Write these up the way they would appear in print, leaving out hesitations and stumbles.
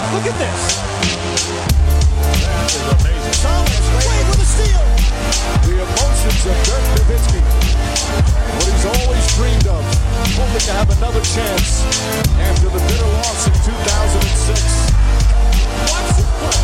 Look at this. That is amazing. Thomas Wade with a steal. The emotions of Dirk Nowitzki. What he's always dreamed of. Hoping to have another chance after the bitter loss in 2006. Watch this play.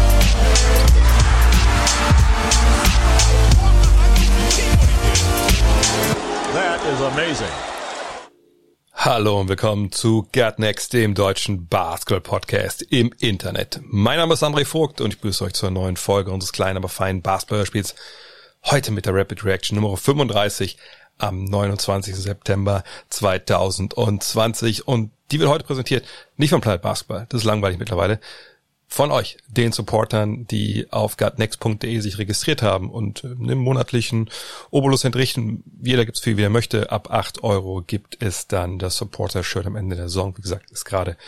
That is amazing. Hallo und willkommen zu Get Next, dem deutschen Basketball-Podcast im Internet. Mein Name ist André Vogt und ich begrüße euch zur neuen Folge unseres kleinen, aber feinen Basketball-Hörspiels. Heute mit der Rapid Reaction Nummer 35 am 29. September 2020. Und die wird heute präsentiert, nicht vom Planet Basketball, das ist langweilig mittlerweile, von euch, den Supportern, die auf gutnext.de sich registriert haben und einen monatlichen Obolus entrichten. Jeder gibt's viel, wie er möchte. Ab 8 € gibt es dann das Supporter-Shirt am Ende der Saison. Wie gesagt, ist gerade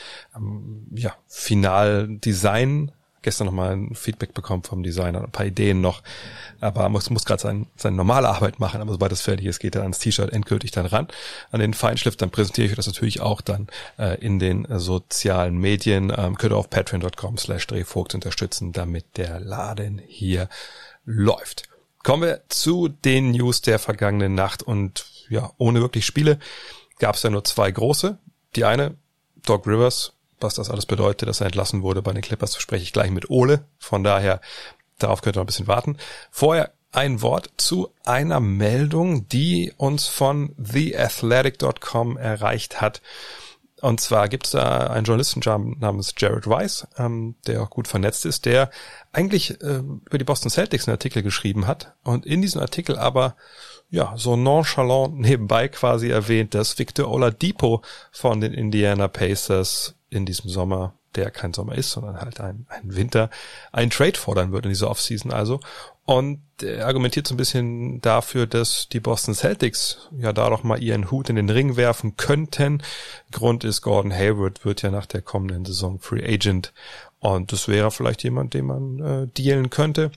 Final-Design. Gestern nochmal ein Feedback bekommen vom Designer, ein paar Ideen noch. Aber muss gerade seine normale Arbeit machen. Aber sobald das fertig ist, geht er ans T-Shirt endgültig dann ran. An den Feinschliff, dann präsentiere ich euch das natürlich auch dann in den sozialen Medien. Könnt ihr auf patreon.com/drehvogt unterstützen, damit der Laden hier läuft. Kommen wir zu den News der vergangenen Nacht. Und ja, ohne wirklich Spiele gab es ja nur 2 große. Die eine, Doc Rivers. Was das alles bedeutet, dass er entlassen wurde bei den Clippers, spreche ich gleich mit Ole. Von daher, darauf könnt ihr noch ein bisschen warten. Vorher ein Wort zu einer Meldung, die uns von theathletic.com erreicht hat. Und zwar gibt es da einen Journalisten namens Jared Weiss, der auch gut vernetzt ist, der eigentlich über die Boston Celtics einen Artikel geschrieben hat und in diesem Artikel aber so nonchalant nebenbei quasi erwähnt, dass Victor Oladipo von den Indiana Pacers in diesem Sommer, der kein Sommer ist, sondern halt ein Winter, einen Trade fordern wird in dieser Offseason also. Und er argumentiert so ein bisschen dafür, dass die Boston Celtics da doch mal ihren Hut in den Ring werfen könnten. Grund ist, Gordon Hayward wird ja nach der kommenden Saison Free Agent und das wäre vielleicht jemand, den man dealen könnte.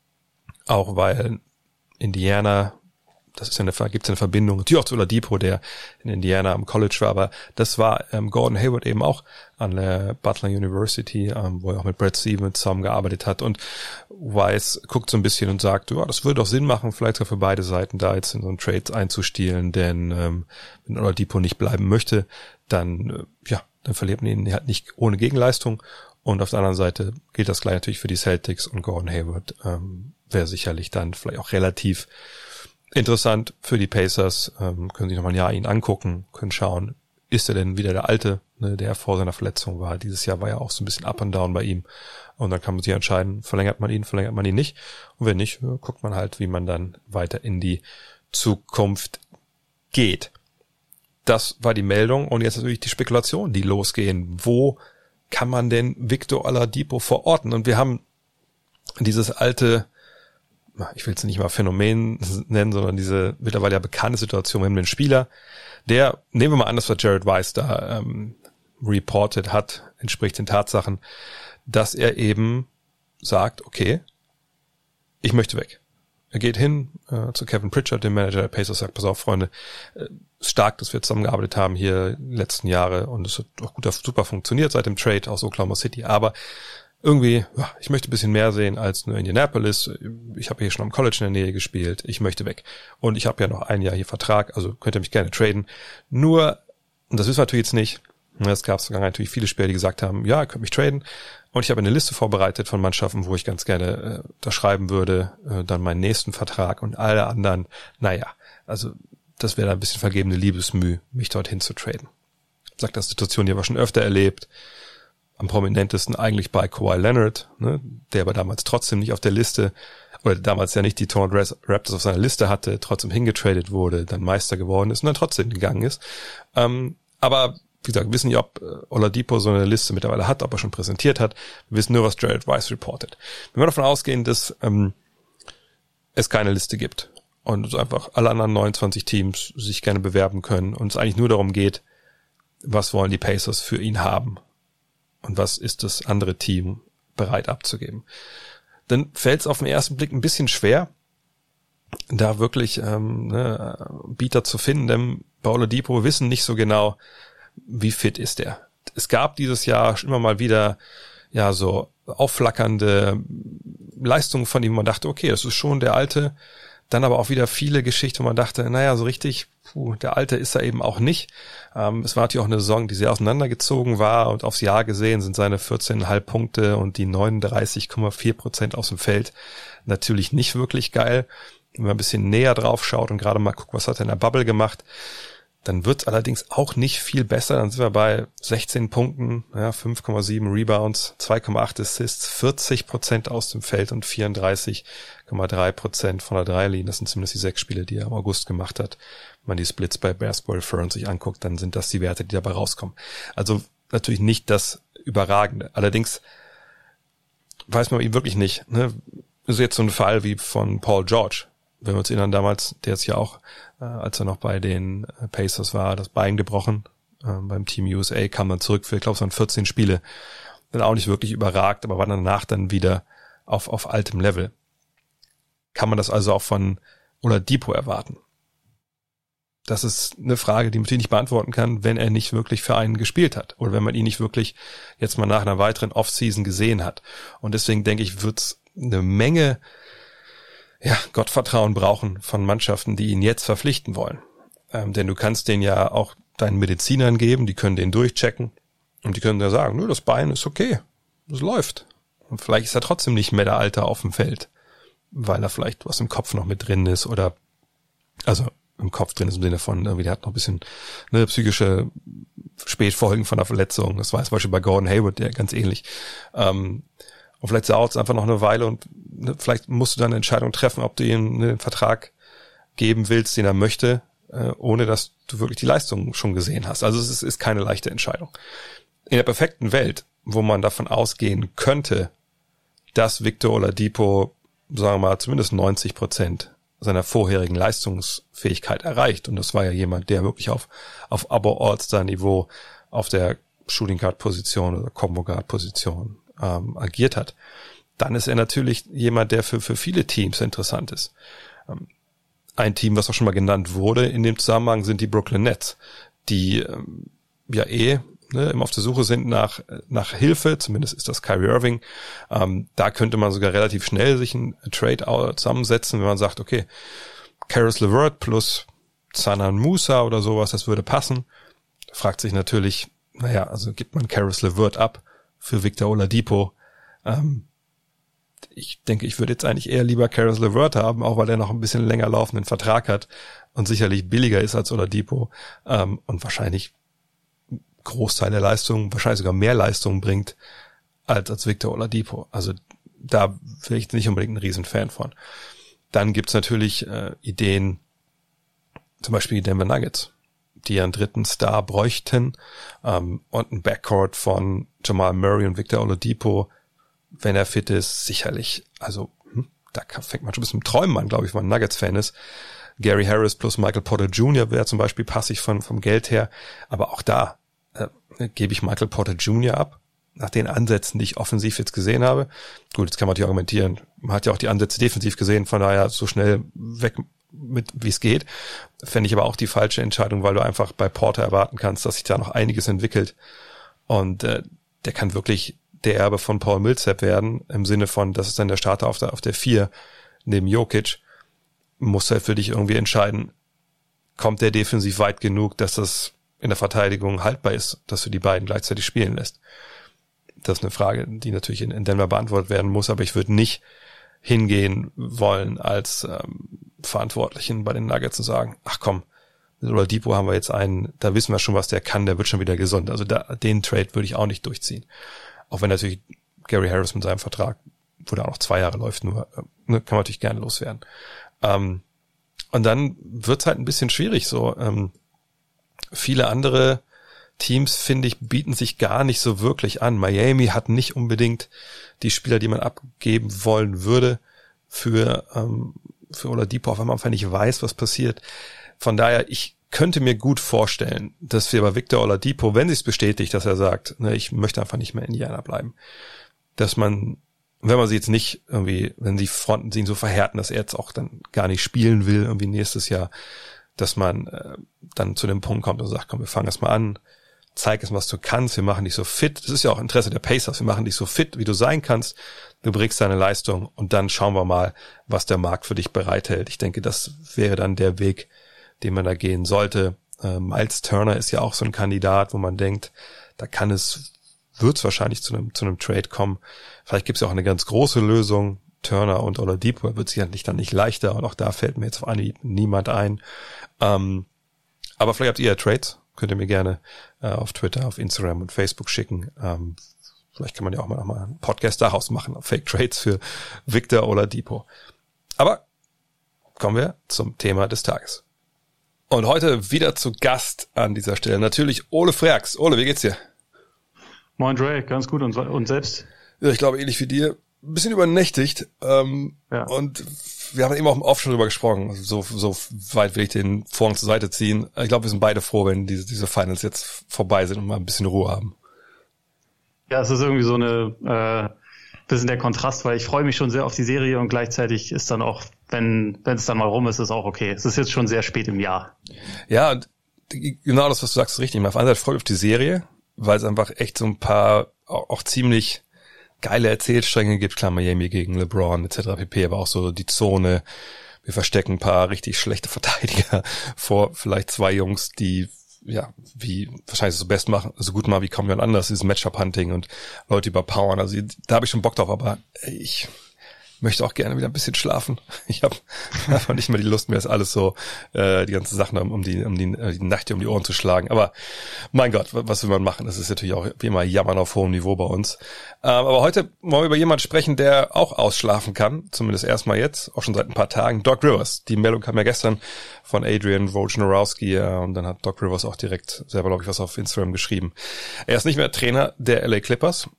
Auch weil Indiana, das ist gibt's eine Verbindung, natürlich auch zu Oladipo, der in Indiana am College war, aber das war Gordon Hayward eben auch an der Butler University, wo er auch mit Brad Stevens zusammengearbeitet hat, und Weiss guckt so ein bisschen und sagt, das würde doch Sinn machen, vielleicht sogar für beide Seiten da jetzt in so einen Trade einzustielen, denn wenn Oladipo nicht bleiben möchte, dann verliert man ihn halt nicht ohne Gegenleistung, und auf der anderen Seite gilt das gleich natürlich für die Celtics, und Gordon Hayward wäre sicherlich dann vielleicht auch relativ interessant für die Pacers, können sich nochmal ein Jahr ihn angucken, können schauen, ist er denn wieder der Alte, der vor seiner Verletzung war. Dieses Jahr war ja auch so ein bisschen up and down bei ihm. Und dann kann man sich entscheiden, verlängert man ihn nicht. Und wenn nicht, guckt man halt, wie man dann weiter in die Zukunft geht. Das war die Meldung. Und jetzt natürlich die Spekulationen, die losgehen. Wo kann man denn Victor Oladipo verorten? Und wir haben dieses alte, ich will es nicht mal Phänomen nennen, sondern diese mittlerweile ja bekannte Situation, wir haben den Spieler, der, nehmen wir mal an, das was Jared Weiss da reported hat, entspricht den Tatsachen, dass er eben sagt, okay, ich möchte weg. Er geht hin zu Kevin Pritchard, dem Manager der Pacers, sagt, pass auf, Freunde, stark, dass wir zusammengearbeitet haben hier die letzten Jahre, und es hat auch super funktioniert seit dem Trade aus Oklahoma City, aber irgendwie, ich möchte ein bisschen mehr sehen als nur Indianapolis. Ich habe hier schon am College in der Nähe gespielt. Ich möchte weg. Und ich habe ja noch ein Jahr hier Vertrag, also könnt ihr mich gerne traden. Nur, und das wissen wir natürlich jetzt nicht, es gab sogar natürlich viele Spieler, die gesagt haben, ja, ihr könnt mich traden. Und ich habe eine Liste vorbereitet von Mannschaften, wo ich ganz gerne unterschreiben würde, dann meinen nächsten Vertrag, und alle anderen, also das wäre da ein bisschen vergebene Liebesmüh, mich dorthin zu traden. Sagt, das Situation, die haben wir schon öfter erlebt. Am prominentesten eigentlich bei Kawhi Leonard, der aber damals trotzdem nicht auf der Liste, oder damals ja nicht die Toronto Raptors auf seiner Liste hatte, trotzdem hingetradet wurde, dann Meister geworden ist und dann trotzdem gegangen ist. Aber wie gesagt, wir wissen nicht, ob Oladipo so eine Liste mittlerweile hat, ob er schon präsentiert hat. Wir wissen nur, was Jared Weiss reportet. Wenn wir davon ausgehen, dass es keine Liste gibt und es einfach alle anderen 29 Teams sich gerne bewerben können und es eigentlich nur darum geht, was wollen die Pacers für ihn haben und was ist das andere Team bereit abzugeben, dann fällt es auf den ersten Blick ein bisschen schwer, da wirklich Bieter zu finden, denn bei Oladipo wissen nicht so genau, wie fit ist er. Es gab dieses Jahr immer mal wieder ja, so aufflackernde Leistungen von ihm. Man dachte, okay, das ist schon der Alte. Dann aber auch wieder viele Geschichten, wo man dachte, naja, so richtig, der Alte ist er eben auch nicht. Es war natürlich auch eine Saison, die sehr auseinandergezogen war und aufs Jahr gesehen sind seine 14,5 Punkte und die 39,4% aus dem Feld natürlich nicht wirklich geil. Wenn man ein bisschen näher drauf schaut und gerade mal guckt, was hat er in der Bubble gemacht, dann wird es allerdings auch nicht viel besser. Dann sind wir bei 16 Punkten, ja, 5,7 Rebounds, 2,8 Assists, 40% aus dem Feld und 34,3% von der Dreierlinie. Das sind zumindest die 6 Spiele, die er im August gemacht hat. Wenn man die Splits bei Basketball Reference sich anguckt, dann sind das die Werte, die dabei rauskommen. Also natürlich nicht das Überragende. Allerdings weiß man ihm wirklich nicht. Ne? Das ist jetzt so ein Fall wie von Paul George. Wenn wir uns erinnern, damals, der ist ja auch, als er noch bei den Pacers war, das Bein gebrochen beim Team USA, kam dann zurück für, ich glaube, es waren 14 Spiele. Dann auch nicht wirklich überragt, aber war danach dann wieder auf altem Level. Kann man das also auch von Oladipo erwarten? Das ist eine Frage, die man natürlich nicht beantworten kann, wenn er nicht wirklich für einen gespielt hat oder wenn man ihn nicht wirklich jetzt mal nach einer weiteren Offseason gesehen hat. Und deswegen denke ich, wird es eine Menge Gottvertrauen brauchen von Mannschaften, die ihn jetzt verpflichten wollen. Denn du kannst den ja auch deinen Medizinern geben, die können den durchchecken und die können ja sagen, nö, das Bein ist okay, das läuft. Und vielleicht ist er trotzdem nicht mehr der Alte auf dem Feld, weil er vielleicht was im Kopf noch mit drin ist oder, also im Kopf drin ist im Sinne von, irgendwie der hat noch ein bisschen psychische Spätfolgen von der Verletzung. Das war zum Beispiel bei Gordon Hayward, der ganz ähnlich. Und vielleicht dauert es einfach noch eine Weile und vielleicht musst du dann eine Entscheidung treffen, ob du ihm einen Vertrag geben willst, den er möchte, ohne dass du wirklich die Leistung schon gesehen hast. Also es ist keine leichte Entscheidung. In der perfekten Welt, wo man davon ausgehen könnte, dass Victor Oladipo, sagen wir mal, zumindest 90% seiner vorherigen Leistungsfähigkeit erreicht. Und das war ja jemand, der wirklich auf All-Star-Niveau auf der Shooting Guard-Position oder Combo Guard-Position agiert hat, dann ist er natürlich jemand, der für viele Teams interessant ist. Ein Team, was auch schon mal genannt wurde in dem Zusammenhang, sind die Brooklyn Nets, die immer auf der Suche sind nach Hilfe, zumindest ist das Kyrie Irving. Da könnte man sogar relativ schnell sich einen Trade zusammensetzen, wenn man sagt, okay, Caris LeVert plus Zanan Musa oder sowas, das würde passen. Da fragt sich natürlich, also gibt man Caris LeVert ab für Victor Oladipo. Ich denke, ich würde jetzt eigentlich eher lieber Caris LeVert haben, auch weil er noch ein bisschen länger laufenden Vertrag hat und sicherlich billiger ist als Oladipo und wahrscheinlich Großteil der Leistung, wahrscheinlich sogar mehr Leistung bringt als Victor Oladipo. Also da bin ich nicht unbedingt ein Riesenfan von. Dann gibt's natürlich Ideen, zum Beispiel die Denver Nuggets, die einen dritten Star bräuchten und ein Backcourt von Jamal Murray und Victor Oladipo, wenn er fit ist, sicherlich. Also da fängt man schon ein bisschen mit Träumen an, glaube ich, wenn man ein Nuggets-Fan ist. Gary Harris plus Michael Porter Jr. wäre zum Beispiel passig vom Geld her. Aber auch da gebe ich Michael Porter Jr. ab, nach den Ansätzen, die ich offensiv jetzt gesehen habe. Gut, jetzt kann man natürlich argumentieren. Man hat ja auch die Ansätze defensiv gesehen, von daher so schnell weg mit, wie es geht. Fände ich aber auch die falsche Entscheidung, weil du einfach bei Porter erwarten kannst, dass sich da noch einiges entwickelt. Und der kann wirklich der Erbe von Paul Millsap werden, im Sinne von, das ist dann der Starter auf der 4 neben Jokic. Muss er für dich irgendwie entscheiden, kommt der defensiv weit genug, dass das in der Verteidigung haltbar ist, dass du die beiden gleichzeitig spielen lässt. Das ist eine Frage, die natürlich in Denver beantwortet werden muss, aber ich würde nicht hingehen wollen als Verantwortlichen bei den Nuggets und sagen, ach komm, mit Oladipo haben wir jetzt einen, da wissen wir schon, was der kann, der wird schon wieder gesund. Also den Trade würde ich auch nicht durchziehen. Auch wenn natürlich Gary Harris mit seinem Vertrag, wo der auch noch 2 Jahre läuft, nur kann man natürlich gerne loswerden. Und dann wird's halt ein bisschen schwierig so. Viele andere Teams, finde ich, bieten sich gar nicht so wirklich an. Miami hat nicht unbedingt die Spieler, die man abgeben wollen würde für Oladipo, auch wenn man einfach nicht weiß, was passiert. Von daher, ich könnte mir gut vorstellen, dass wir bei Victor Oladipo, wenn sich's bestätigt, dass er sagt, ich möchte einfach nicht mehr Indiana bleiben, dass man, wenn man sie jetzt nicht irgendwie, wenn die Fronten sie ihn so verhärten, dass er jetzt auch dann gar nicht spielen will, irgendwie nächstes Jahr, dass man dann zu dem Punkt kommt und sagt, komm, wir fangen erst mal an, zeig es, was du kannst, wir machen dich so fit. Das ist ja auch Interesse der Pacers, wir machen dich so fit, wie du sein kannst. Du bringst deine Leistung und dann schauen wir mal, was der Markt für dich bereithält. Ich denke, das wäre dann der Weg, den man da gehen sollte. Miles Turner ist ja auch so ein Kandidat, wo man denkt, da wird es wahrscheinlich zu einem Trade kommen. Vielleicht gibt es ja auch eine ganz große Lösung. Turner und Oladipo wird sicherlich dann nicht leichter und auch da fällt mir jetzt auf Anhieb niemand ein. Aber vielleicht habt ihr ja Trades, könnt ihr mir gerne auf Twitter, auf Instagram und Facebook schicken. Vielleicht kann man ja auch mal einen Podcast daraus machen, Fake Trades für Victor Oladipo. Aber kommen wir zum Thema des Tages. Und heute wieder zu Gast an dieser Stelle natürlich Ole Freaks. Ole, wie geht's dir? Moin Dre, ganz gut und selbst? Ja, ich glaube ähnlich wie dir. Ein bisschen übernächtigt. Ja. Und wir haben eben auch im Off schon drüber gesprochen. So weit will ich den Vorhang zur Seite ziehen. Ich glaube, wir sind beide froh, wenn diese Finals jetzt vorbei sind und mal ein bisschen Ruhe haben. Ja, es ist irgendwie so eine bisschen der Kontrast, weil ich freue mich schon sehr auf die Serie und gleichzeitig ist dann auch, wenn es dann mal rum ist, ist auch okay. Es ist jetzt schon sehr spät im Jahr. Ja, und genau das, was du sagst, ist richtig. Auf der einen Seite freue ich mich auf die Serie, weil es einfach echt so ein paar auch ziemlich geile Erzählstränge gibt. Klar, Miami gegen LeBron etc. pp. Aber auch so die Zone. Wir verstecken ein paar richtig schlechte Verteidiger vor vielleicht zwei Jungs, die ja, wie wahrscheinlich so best machen, so gut machen wie kaum jemand anders, dieses Matchup-Hunting und Leute überpowern. Also da habe ich schon Bock drauf, aber ich möchte auch gerne wieder ein bisschen schlafen. Ich habe einfach nicht mehr die Lust, mir das alles so, die ganzen Sachen um die Nacht um die Ohren zu schlagen. Aber mein Gott, was will man machen? Das ist natürlich auch wie immer Jammern auf hohem Niveau bei uns. Aber heute wollen wir über jemanden sprechen, der auch ausschlafen kann, zumindest erstmal jetzt, auch schon seit ein paar Tagen. Doc Rivers. Die Meldung kam ja gestern von Adrian Wojnarowski und dann hat Doc Rivers auch direkt selber, glaube ich, was auf Instagram geschrieben. Er ist nicht mehr Trainer der LA Clippers.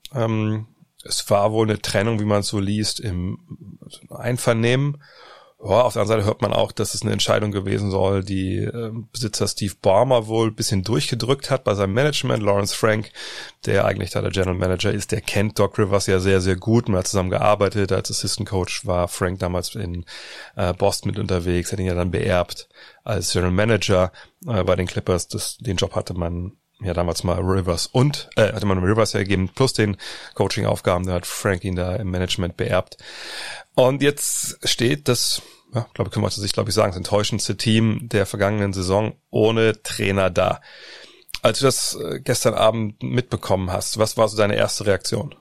Es war wohl eine Trennung, wie man es so liest, im Einvernehmen. Ja, auf der anderen Seite hört man auch, dass es eine Entscheidung gewesen soll, die Besitzer Steve Ballmer wohl ein bisschen durchgedrückt hat bei seinem Management. Lawrence Frank, der eigentlich da der General Manager ist, der kennt Doc Rivers ja sehr, sehr gut. Man hat zusammen gearbeitet. Als Assistant Coach war Frank damals in Boston mit unterwegs, hat ihn ja dann beerbt als General Manager bei den Clippers. Den Job hatte man ja damals mal Rivers hergegeben, plus den Coaching-Aufgaben, da hat Frank ihn da im Management beerbt. Und jetzt steht das, ja, glaube ich, können wir zu sich, glaube ich, sagen, das enttäuschendste Team der vergangenen Saison ohne Trainer da. Als du das gestern Abend mitbekommen hast, was war so deine erste Reaktion?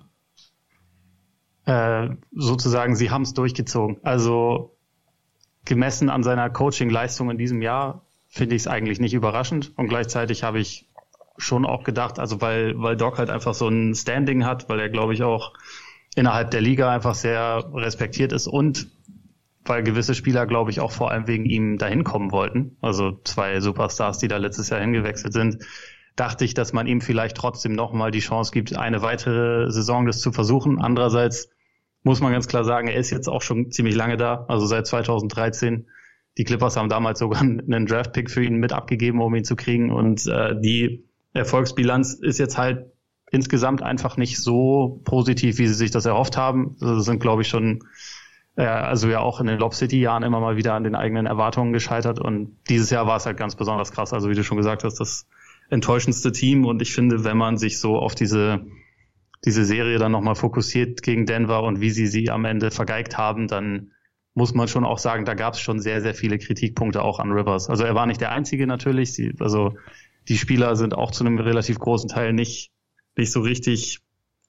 Sozusagen, sie haben es durchgezogen. Also gemessen an seiner Coaching-Leistung in diesem Jahr finde ich es eigentlich nicht überraschend und gleichzeitig habe ich schon auch gedacht, also weil Doc halt einfach so ein Standing hat, weil er, glaube ich, auch innerhalb der Liga einfach sehr respektiert ist und weil gewisse Spieler, glaube ich, auch vor allem wegen ihm dahin kommen wollten. Also 2 Superstars, die da letztes Jahr hingewechselt sind, dachte ich, dass man ihm vielleicht trotzdem nochmal die Chance gibt, eine weitere Saison das zu versuchen. Andererseits muss man ganz klar sagen, er ist jetzt auch schon ziemlich lange da, also seit 2013. Die Clippers haben damals sogar einen Draft-Pick für ihn mit abgegeben, um ihn zu kriegen und die Erfolgsbilanz ist jetzt halt insgesamt einfach nicht so positiv, wie sie sich das erhofft haben. Sie sind, glaube ich, schon also ja auch in den Lob City-Jahren immer mal wieder an den eigenen Erwartungen gescheitert und dieses Jahr war es halt ganz besonders krass. Also wie du schon gesagt hast, das enttäuschendste Team und ich finde, wenn man sich so auf diese Serie dann nochmal fokussiert gegen Denver und wie sie am Ende vergeigt haben, dann muss man schon auch sagen, da gab es schon sehr, sehr viele Kritikpunkte auch an Rivers. Also er war nicht der Einzige natürlich, die Spieler sind auch zu einem relativ großen Teil nicht so richtig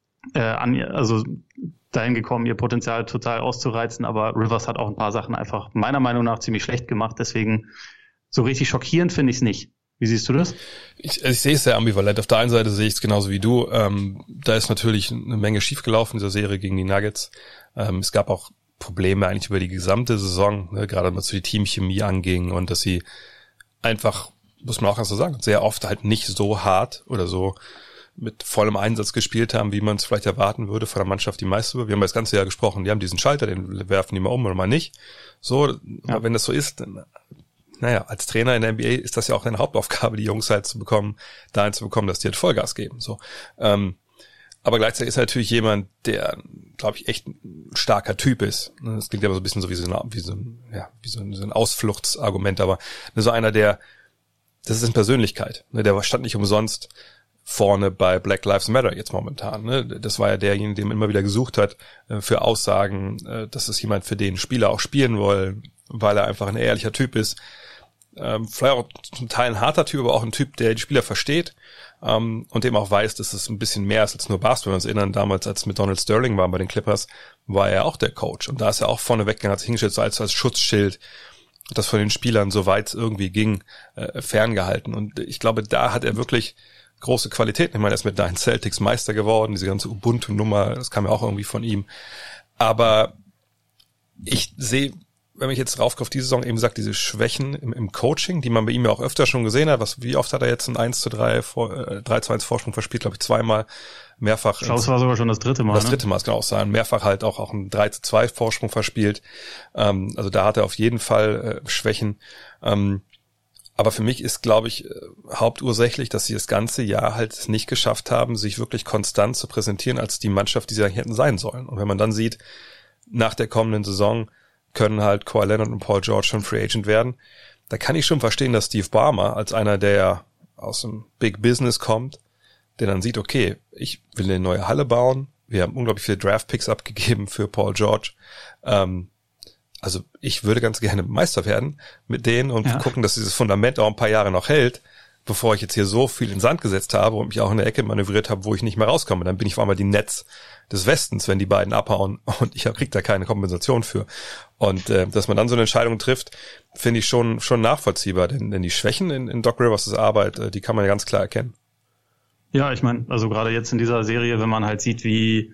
dahin gekommen, ihr Potenzial total auszureizen, aber Rivers hat auch ein paar Sachen einfach meiner Meinung nach ziemlich schlecht gemacht, deswegen so richtig schockierend finde ich es nicht. Wie siehst du das? Ich sehe es sehr ambivalent. Auf der einen Seite sehe ich es genauso wie du. Da ist natürlich eine Menge schiefgelaufen in dieser Serie gegen die Nuggets. Es gab auch Probleme eigentlich über die gesamte Saison, ne, gerade was so die Teamchemie anging und dass sie einfach, muss man auch ganz so sagen, sehr oft halt nicht so hart oder so mit vollem Einsatz gespielt haben, wie man es vielleicht erwarten würde von einer Mannschaft, die meist über. Wir haben das ganze Jahr gesprochen, die haben diesen Schalter, den werfen die mal um oder mal nicht. So, ja. Aber wenn das so ist, dann, naja, als Trainer in der NBA ist das ja auch eine Hauptaufgabe, die Jungs halt dahin zu bekommen, dass die halt Vollgas geben. So, aber gleichzeitig ist er natürlich jemand, der, glaube ich, echt ein starker Typ ist. Das klingt aber so ein bisschen so wie so ein Ausfluchtsargument, aber so einer, das ist eine Persönlichkeit. Der stand nicht umsonst vorne bei Black Lives Matter jetzt momentan. Ne? Das war ja derjenige, den man immer wieder gesucht hat für Aussagen, dass es jemand, für den Spieler auch spielen wollen, weil er einfach ein ehrlicher Typ ist. Vielleicht auch zum Teil ein harter Typ, aber auch ein Typ, der die Spieler versteht und dem auch weiß, dass es ein bisschen mehr ist als nur Basketball. Wir uns erinnern, damals, als mit Donald Sterling waren bei den Clippers, war er auch der Coach. Und da ist er auch vorne weggegangen, hat sich hingestellt so als Schutzschild, das von den Spielern, soweit es irgendwie ging, ferngehalten. Und ich glaube, da hat er wirklich große Qualitäten. Ich meine, er ist mit deinen Celtics Meister geworden, diese ganze Ubuntu-Nummer, das kam ja auch irgendwie von ihm. Aber ich sehe, wenn ich jetzt drauf auf die Saison eben sagt, diese Schwächen im Coaching, die man bei ihm ja auch öfter schon gesehen hat, wie oft hat er jetzt ein 3-2-1 Vorsprung verspielt, glaube ich, zweimal, mehrfach. Ich glaube, es war sogar schon das dritte Mal. Das dritte Mal, es kann auch sein. Mehrfach halt auch ein 3-2 Vorsprung verspielt. Also da hat er auf jeden Fall Schwächen. Aber für mich ist, glaube ich, hauptursächlich, dass sie das ganze Jahr halt nicht geschafft haben, sich wirklich konstant zu präsentieren als die Mannschaft, die sie eigentlich hätten sein sollen. Und wenn man dann sieht, nach der kommenden Saison können halt Kawhi Leonard und Paul George schon Free Agent werden, da kann ich schon verstehen, dass Steve Ballmer als einer, der aus dem Big Business kommt, der dann sieht, okay, ich will eine neue Halle bauen, wir haben unglaublich viele Draft-Picks abgegeben für Paul George, also ich würde ganz gerne Meister werden mit denen und gucken, dass dieses Fundament auch ein paar Jahre noch hält, bevor ich jetzt hier so viel in den Sand gesetzt habe und mich auch in der Ecke manövriert habe, wo ich nicht mehr rauskomme. Dann bin ich auf einmal die Nets des Westens, wenn die beiden abhauen und ich krieg da keine Kompensation für. Und dass man dann so eine Entscheidung trifft, finde ich schon nachvollziehbar, denn die Schwächen in Doc Rivers' Arbeit, die kann man ja ganz klar erkennen. Ja, ich meine, also gerade jetzt in dieser Serie, wenn man halt sieht, wie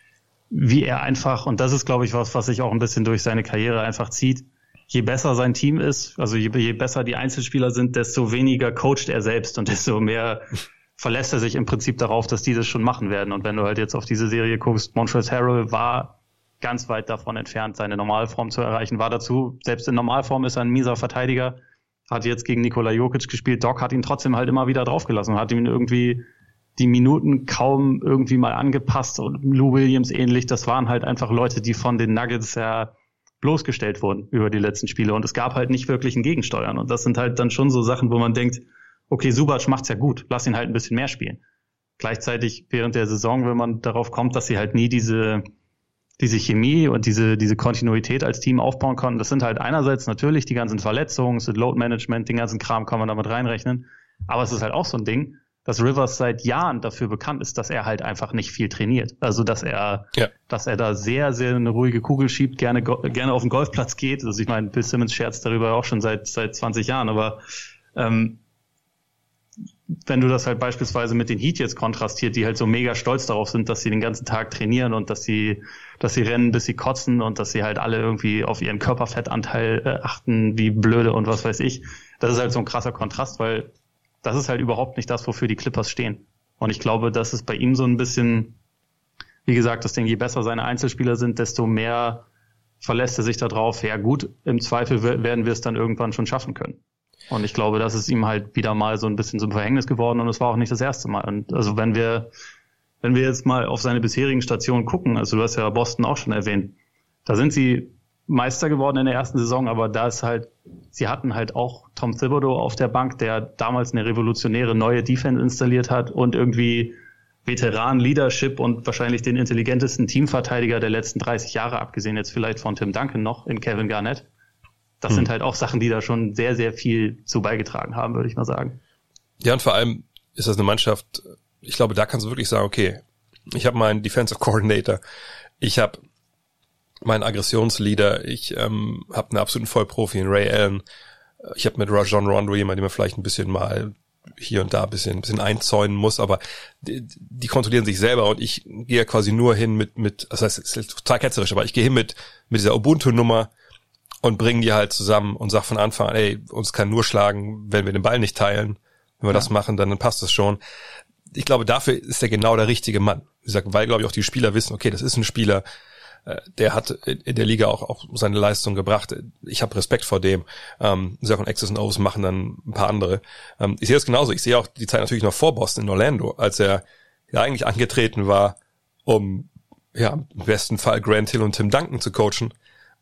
er einfach, und das ist, glaube ich, was sich auch ein bisschen durch seine Karriere einfach zieht, je besser sein Team ist, also je besser die Einzelspieler sind, desto weniger coacht er selbst und desto mehr verlässt er sich im Prinzip darauf, dass die das schon machen werden. Und wenn du halt jetzt auf diese Serie guckst, Montrezl Harrell war ganz weit davon entfernt, seine Normalform zu erreichen, war dazu, selbst in Normalform ist er ein mieser Verteidiger, hat jetzt gegen Nikola Jokic gespielt, Doc hat ihn trotzdem halt immer wieder draufgelassen, hat ihm irgendwie die Minuten kaum irgendwie mal angepasst und Lou Williams ähnlich, das waren halt einfach Leute, die von den Nuggets ja bloßgestellt wurden über die letzten Spiele und es gab halt nicht wirklich ein Gegensteuern und das sind halt dann schon so Sachen, wo man denkt, okay, Zubac macht's ja gut, lass ihn halt ein bisschen mehr spielen. Gleichzeitig während der Saison, wenn man darauf kommt, dass sie halt nie diese Chemie und diese Kontinuität als Team aufbauen konnten, das sind halt einerseits natürlich die ganzen Verletzungen, das Load Management, den ganzen Kram kann man damit reinrechnen, aber es ist halt auch so ein Ding, dass Rivers seit Jahren dafür bekannt ist, dass er halt einfach nicht viel trainiert. Also, dass er da sehr, sehr eine ruhige Kugel schiebt, gerne auf den Golfplatz geht. Also, ich meine, Bill Simmons scherzt darüber auch schon seit 20 Jahren. Aber wenn du das halt beispielsweise mit den Heat jetzt kontrastiert, die halt so mega stolz darauf sind, dass sie den ganzen Tag trainieren und dass sie rennen, bis sie kotzen und dass sie halt alle irgendwie auf ihren Körperfettanteil achten, wie blöde und was weiß ich. Das ist halt so ein krasser Kontrast, weil das ist halt überhaupt nicht das, wofür die Clippers stehen. Und ich glaube, das ist bei ihm so ein bisschen, wie gesagt, das Ding, je besser seine Einzelspieler sind, desto mehr verlässt er sich da drauf. Ja gut, im Zweifel werden wir es dann irgendwann schon schaffen können. Und ich glaube, das ist ihm halt wieder mal so ein bisschen zum Verhängnis geworden und es war auch nicht das erste Mal. Und also wenn wir jetzt mal auf seine bisherigen Stationen gucken, also du hast ja Boston auch schon erwähnt, da sind sie Meister geworden in der ersten Saison, aber da ist halt, sie hatten halt auch Tom Thibodeau auf der Bank, der damals eine revolutionäre neue Defense installiert hat und irgendwie Veteran-Leadership und wahrscheinlich den intelligentesten Teamverteidiger der letzten 30 Jahre, abgesehen jetzt vielleicht von Tim Duncan noch, in Kevin Garnett. Das sind halt auch Sachen, die da schon sehr, sehr viel zu beigetragen haben, würde ich mal sagen. Ja, und vor allem ist das eine Mannschaft, ich glaube, da kannst du wirklich sagen, okay, ich habe meinen Defensive Coordinator, ich habe meinen Aggressionsleader, ich habe einen absoluten Vollprofi in Ray Allen, ich habe mit Rajon Rondo jemanden, den man vielleicht ein bisschen mal hier und da ein bisschen einzäunen muss, aber die kontrollieren sich selber und ich gehe quasi nur hin mit das heißt, es ist total ketzerisch, aber ich gehe hin mit dieser Ubuntu-Nummer und bringe die halt zusammen und sag von Anfang an, ey, uns kann nur schlagen, wenn wir den Ball nicht teilen. Wenn wir das machen, dann passt das schon. Ich glaube, dafür ist er genau der richtige Mann. Wie gesagt, weil, glaube ich, auch die Spieler wissen, okay, das ist ein Spieler, der hat in der Liga auch seine Leistung gebracht. Ich habe Respekt vor dem. Sachen X's und O's machen dann ein paar andere. Ich sehe das genauso. Ich sehe auch die Zeit natürlich noch vor Boston in Orlando, als er ja eigentlich angetreten war, um ja im besten Fall Grant Hill und Tim Duncan zu coachen.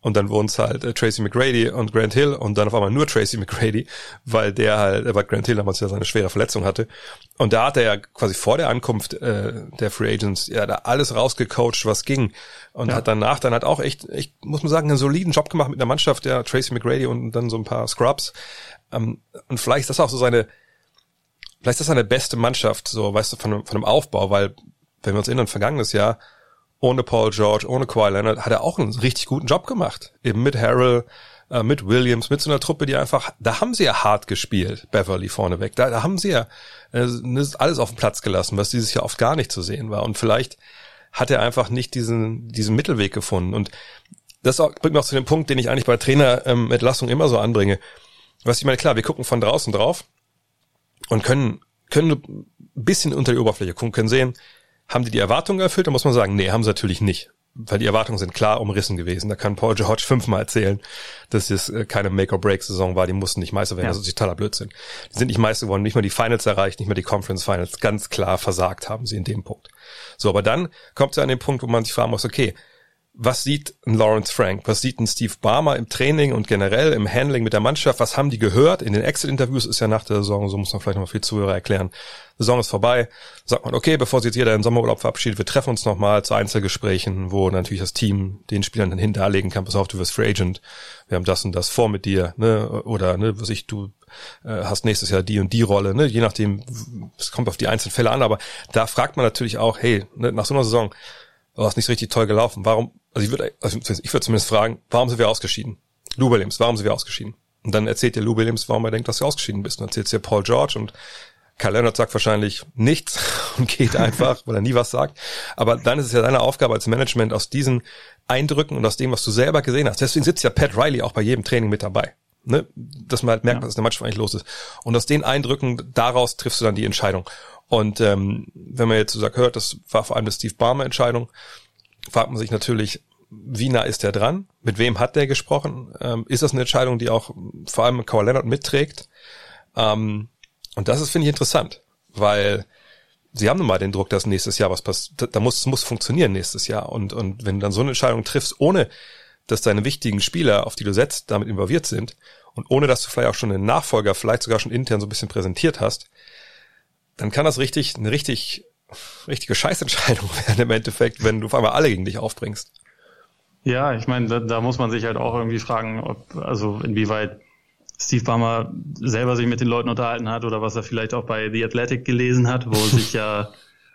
Und dann wurden es halt Tracy McGrady und Grant Hill und dann auf einmal nur Tracy McGrady, weil Grant Hill damals ja seine schwere Verletzung hatte. Und da hat er ja quasi vor der Ankunft der Free Agents ja da alles rausgecoacht, was ging. Und hat danach dann halt auch echt, muss man sagen, einen soliden Job gemacht mit einer Mannschaft, der Tracy McGrady und dann so ein paar Scrubs. Und vielleicht ist das auch so seine beste Mannschaft, so, weißt du, von dem Aufbau, weil, wenn wir uns erinnern, vergangenes Jahr, ohne Paul George, ohne Kawhi Leonard, hat er auch einen richtig guten Job gemacht. Eben mit Harrell, mit Williams, mit so einer Truppe, die einfach, da haben sie ja hart gespielt, Beverly vorneweg. Da haben sie ja alles auf den Platz gelassen, was dieses Jahr oft gar nicht zu sehen war. Und vielleicht hat er einfach nicht diesen Mittelweg gefunden. Und das bringt mich auch zu dem Punkt, den ich eigentlich bei Trainerentlassung immer so anbringe. Was ich meine, klar, wir gucken von draußen drauf und können ein bisschen unter die Oberfläche gucken, können sehen, haben die Erwartungen erfüllt? Da muss man sagen, nee, haben sie natürlich nicht. Weil die Erwartungen sind klar umrissen gewesen. Da kann Paul George 5-mal erzählen, dass es keine Make-or-Break-Saison war. Die mussten nicht Meister werden. Ja. Das ist totaler Blödsinn. Die sind nicht Meister geworden, nicht mal die Finals erreicht, nicht mal die Conference Finals. Ganz klar versagt haben sie in dem Punkt. So, aber dann kommt es an den Punkt, wo man sich fragen muss, okay, was sieht ein Lawrence Frank, was sieht ein Steve Ballmer im Training und generell im Handling mit der Mannschaft, was haben die gehört? In den Exit-Interviews ist ja nach der Saison, so muss man vielleicht noch mal viel Zuhörer erklären, die Saison ist vorbei, sagt man, okay, bevor sich jetzt jeder in den Sommerurlaub verabschiedet, wir treffen uns nochmal zu Einzelgesprächen, wo natürlich das Team den Spielern dann hinterlegen kann, pass auf, du wirst Free Agent, wir haben das und das vor mit dir, ne, oder, ne, du hast nächstes Jahr die und die Rolle, ne, je nachdem, es kommt auf die einzelnen Fälle an, aber da fragt man natürlich auch, hey, ne, nach so einer Saison, du hast nicht richtig toll gelaufen, warum? Ich würde zumindest fragen, warum sind wir ausgeschieden? Lou Williams, warum sind wir ausgeschieden? Und dann erzählt dir Lou Williams, warum er denkt, dass du ausgeschieden bist. Und dann erzählt dir Paul George und Kyle Leonard sagt wahrscheinlich nichts und geht einfach, weil er nie was sagt. Aber dann ist es ja deine Aufgabe als Management, aus diesen Eindrücken und aus dem, was du selber gesehen hast. Deswegen sitzt ja Pat Riley auch bei jedem Training mit dabei. Ne? Dass man halt merkt, was in der Mannschaft eigentlich los ist. Und aus den Eindrücken, daraus triffst du dann die Entscheidung. Und wenn man jetzt so sagt, hört, das war vor allem die Steve Ballmer Entscheidung, fragt man sich natürlich, wie nah ist der dran? Mit wem hat der gesprochen? Ist das eine Entscheidung, die auch vor allem Kawhi Leonard mitträgt? Und das ist, finde ich, interessant, weil sie haben nun mal den Druck, dass nächstes Jahr was passiert. Da muss funktionieren nächstes Jahr. Und wenn du dann so eine Entscheidung triffst, ohne dass deine wichtigen Spieler, auf die du setzt, damit involviert sind und ohne dass du vielleicht auch schon einen Nachfolger, vielleicht sogar schon intern so ein bisschen präsentiert hast, dann kann das eine richtige Scheißentscheidung werden im Endeffekt, wenn du auf einmal alle gegen dich aufbringst. Ja, ich meine, da muss man sich halt auch irgendwie fragen, inwieweit Steve Ballmer selber sich mit den Leuten unterhalten hat oder was er vielleicht auch bei The Athletic gelesen hat, wo sich ja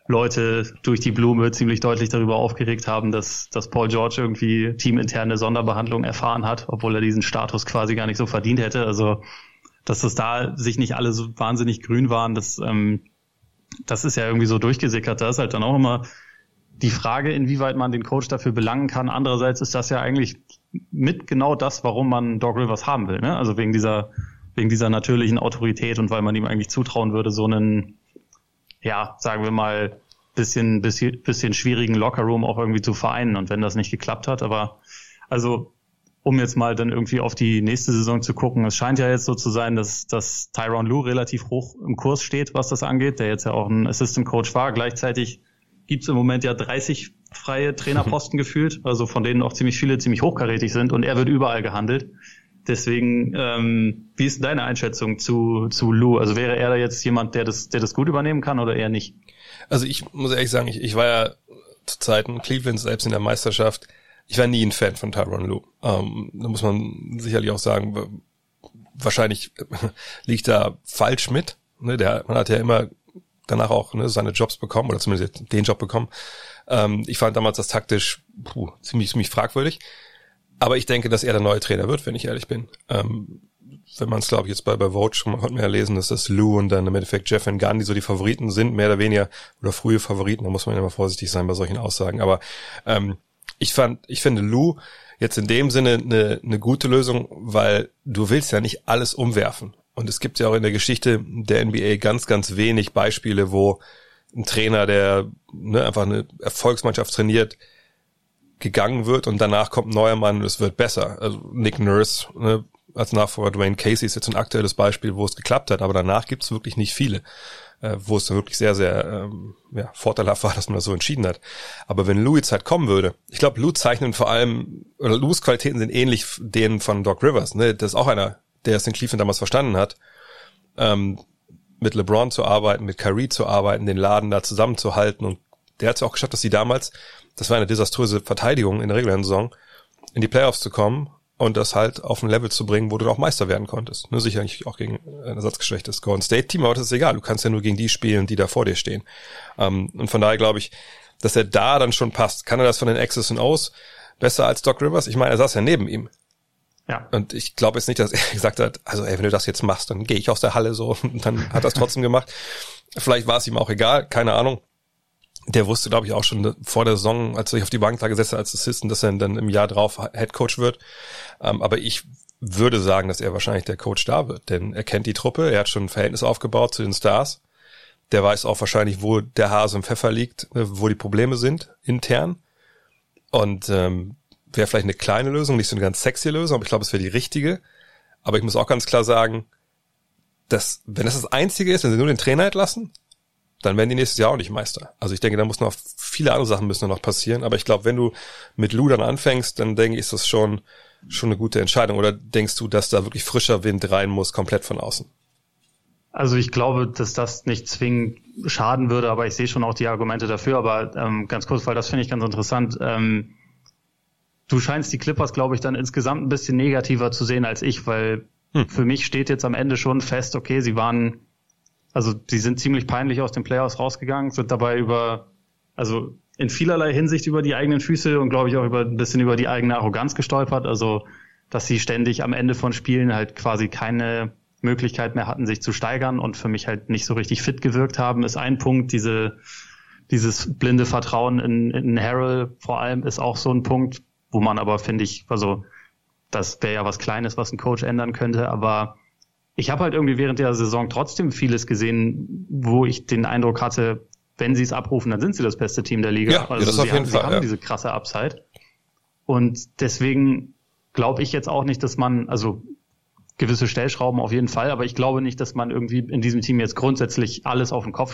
Leute durch die Blume ziemlich deutlich darüber aufgeregt haben, dass Paul George irgendwie teaminterne Sonderbehandlung erfahren hat, obwohl er diesen Status quasi gar nicht so verdient hätte. Also, dass das da sich nicht alle so wahnsinnig grün waren, das ist ja irgendwie so durchgesickert. Da ist halt dann auch immer die Frage, inwieweit man den Coach dafür belangen kann. Andererseits ist das ja eigentlich mit genau das, warum man Doc Rivers haben will, ne? Also wegen dieser natürlichen Autorität und weil man ihm eigentlich zutrauen würde, so einen, ja, sagen wir mal, bisschen schwierigen Lockerroom auch irgendwie zu vereinen. Und wenn das nicht geklappt hat, aber also um jetzt mal dann irgendwie auf die nächste Saison zu gucken, es scheint ja jetzt so zu sein, dass Tyronn Lue relativ hoch im Kurs steht, was das angeht, der jetzt ja auch ein Assistant Coach war. Gleichzeitig gibt's im Moment ja 30 freie Trainerposten gefühlt, also von denen auch ziemlich viele ziemlich hochkarätig sind und er wird überall gehandelt. Deswegen, wie ist deine Einschätzung zu Lue? Also wäre er da jetzt jemand, der das gut übernehmen kann oder eher nicht? Also ich muss ehrlich sagen, ich war ja zu Zeiten Cleveland selbst in der Meisterschaft, ich war nie ein Fan von Tyronn Lue. Da muss man sicherlich auch sagen, wahrscheinlich liegt da falsch mit. Ne? Man hat ja immer danach auch seine Jobs bekommen oder zumindest den Job bekommen. Ich fand damals das taktisch ziemlich fragwürdig. Aber ich denke, dass er der neue Trainer wird, wenn ich ehrlich bin. Wenn man es, glaube ich, jetzt bei Vogue schon mal mehr lesen, dass das Lue und dann im Endeffekt Jeff Van Gundy so die Favoriten sind, mehr oder weniger, oder frühe Favoriten, da muss man immer vorsichtig sein bei solchen Aussagen. Aber ich finde Lue jetzt in dem Sinne eine gute Lösung, weil du willst ja nicht alles umwerfen. Und es gibt ja auch in der Geschichte der NBA ganz, ganz wenig Beispiele, wo ein Trainer, der einfach eine Erfolgsmannschaft trainiert, gegangen wird und danach kommt ein neuer Mann und es wird besser. Also Nick Nurse als Nachfolger Dwayne Casey ist jetzt ein aktuelles Beispiel, wo es geklappt hat, aber danach gibt es wirklich nicht viele. wo es dann wirklich sehr, sehr vorteilhaft war, dass man das so entschieden hat. Aber wenn Lou jetzt halt kommen würde, ich glaube, Lou zeichnet vor allem, oder Lou's Qualitäten sind ähnlich denen von Doc Rivers, ne? Das ist auch einer, der es in Cleveland damals verstanden hat, mit LeBron zu arbeiten, mit Kyrie zu arbeiten, den Laden da zusammenzuhalten, und der hat es auch geschafft, dass sie damals, das war eine desaströse Verteidigung in der regulären Saison, in die Playoffs zu kommen und das halt auf ein Level zu bringen, wo du auch Meister werden konntest. Nur sicherlich auch gegen ein ersatzgeschwächtes Golden State Team, aber das ist egal, du kannst ja nur gegen die spielen, die da vor dir stehen. Und von daher glaube ich, dass er da dann schon passt. Kann er das von den X's und O's besser als Doc Rivers? Ich meine, er saß ja neben ihm. Ja. Und ich glaube jetzt nicht, dass er gesagt hat, also wenn du das jetzt machst, dann gehe ich aus der Halle so, und dann hat er es trotzdem gemacht. Vielleicht war es ihm auch egal, keine Ahnung. Der wusste, glaube ich, auch schon vor der Saison, als er sich auf die Bank da gesetzt hat als Assistant, dass er dann im Jahr drauf Head Coach wird. Aber ich würde sagen, dass er wahrscheinlich der Coach da wird, denn er kennt die Truppe, er hat schon ein Verhältnis aufgebaut zu den Stars. Der weiß auch wahrscheinlich, wo der Hase im Pfeffer liegt, wo die Probleme sind, intern. Und wäre vielleicht eine kleine Lösung, nicht so eine ganz sexy Lösung, aber ich glaube, es wäre die richtige. Aber ich muss auch ganz klar sagen, dass, wenn das Einzige ist, wenn sie nur den Trainer entlassen, dann werden die nächstes Jahr auch nicht Meister. Also ich denke, da muss noch viele andere Sachen müssen noch passieren. Aber ich glaube, wenn du mit Lou dann anfängst, dann denke ich, ist das schon eine gute Entscheidung. Oder denkst du, dass da wirklich frischer Wind rein muss, komplett von außen? Also ich glaube, dass das nicht zwingend schaden würde, aber ich sehe schon auch die Argumente dafür. Aber ganz kurz, weil das finde ich ganz interessant. Du scheinst die Clippers, glaube ich, dann insgesamt ein bisschen negativer zu sehen als ich, weil für mich steht jetzt am Ende schon fest, okay, sie sind ziemlich peinlich aus den Playoffs rausgegangen, sind dabei in vielerlei Hinsicht über die eigenen Füße und glaube ich auch ein bisschen über die eigene Arroganz gestolpert. Also, dass sie ständig am Ende von Spielen halt quasi keine Möglichkeit mehr hatten, sich zu steigern und für mich halt nicht so richtig fit gewirkt haben, ist ein Punkt. Dieses blinde Vertrauen in Harrell vor allem ist auch so ein Punkt, wo man aber, finde ich, also das wäre ja was Kleines, was ein Coach ändern könnte, aber ich habe halt irgendwie während der Saison trotzdem vieles gesehen, wo ich den Eindruck hatte, wenn sie es abrufen, dann sind sie das beste Team der Liga. Ja, also das auf jeden Fall. Sie haben diese krasse Upside. Und deswegen glaube ich jetzt auch nicht, dass man, also gewisse Stellschrauben auf jeden Fall, aber ich glaube nicht, dass man irgendwie in diesem Team jetzt grundsätzlich alles auf den Kopf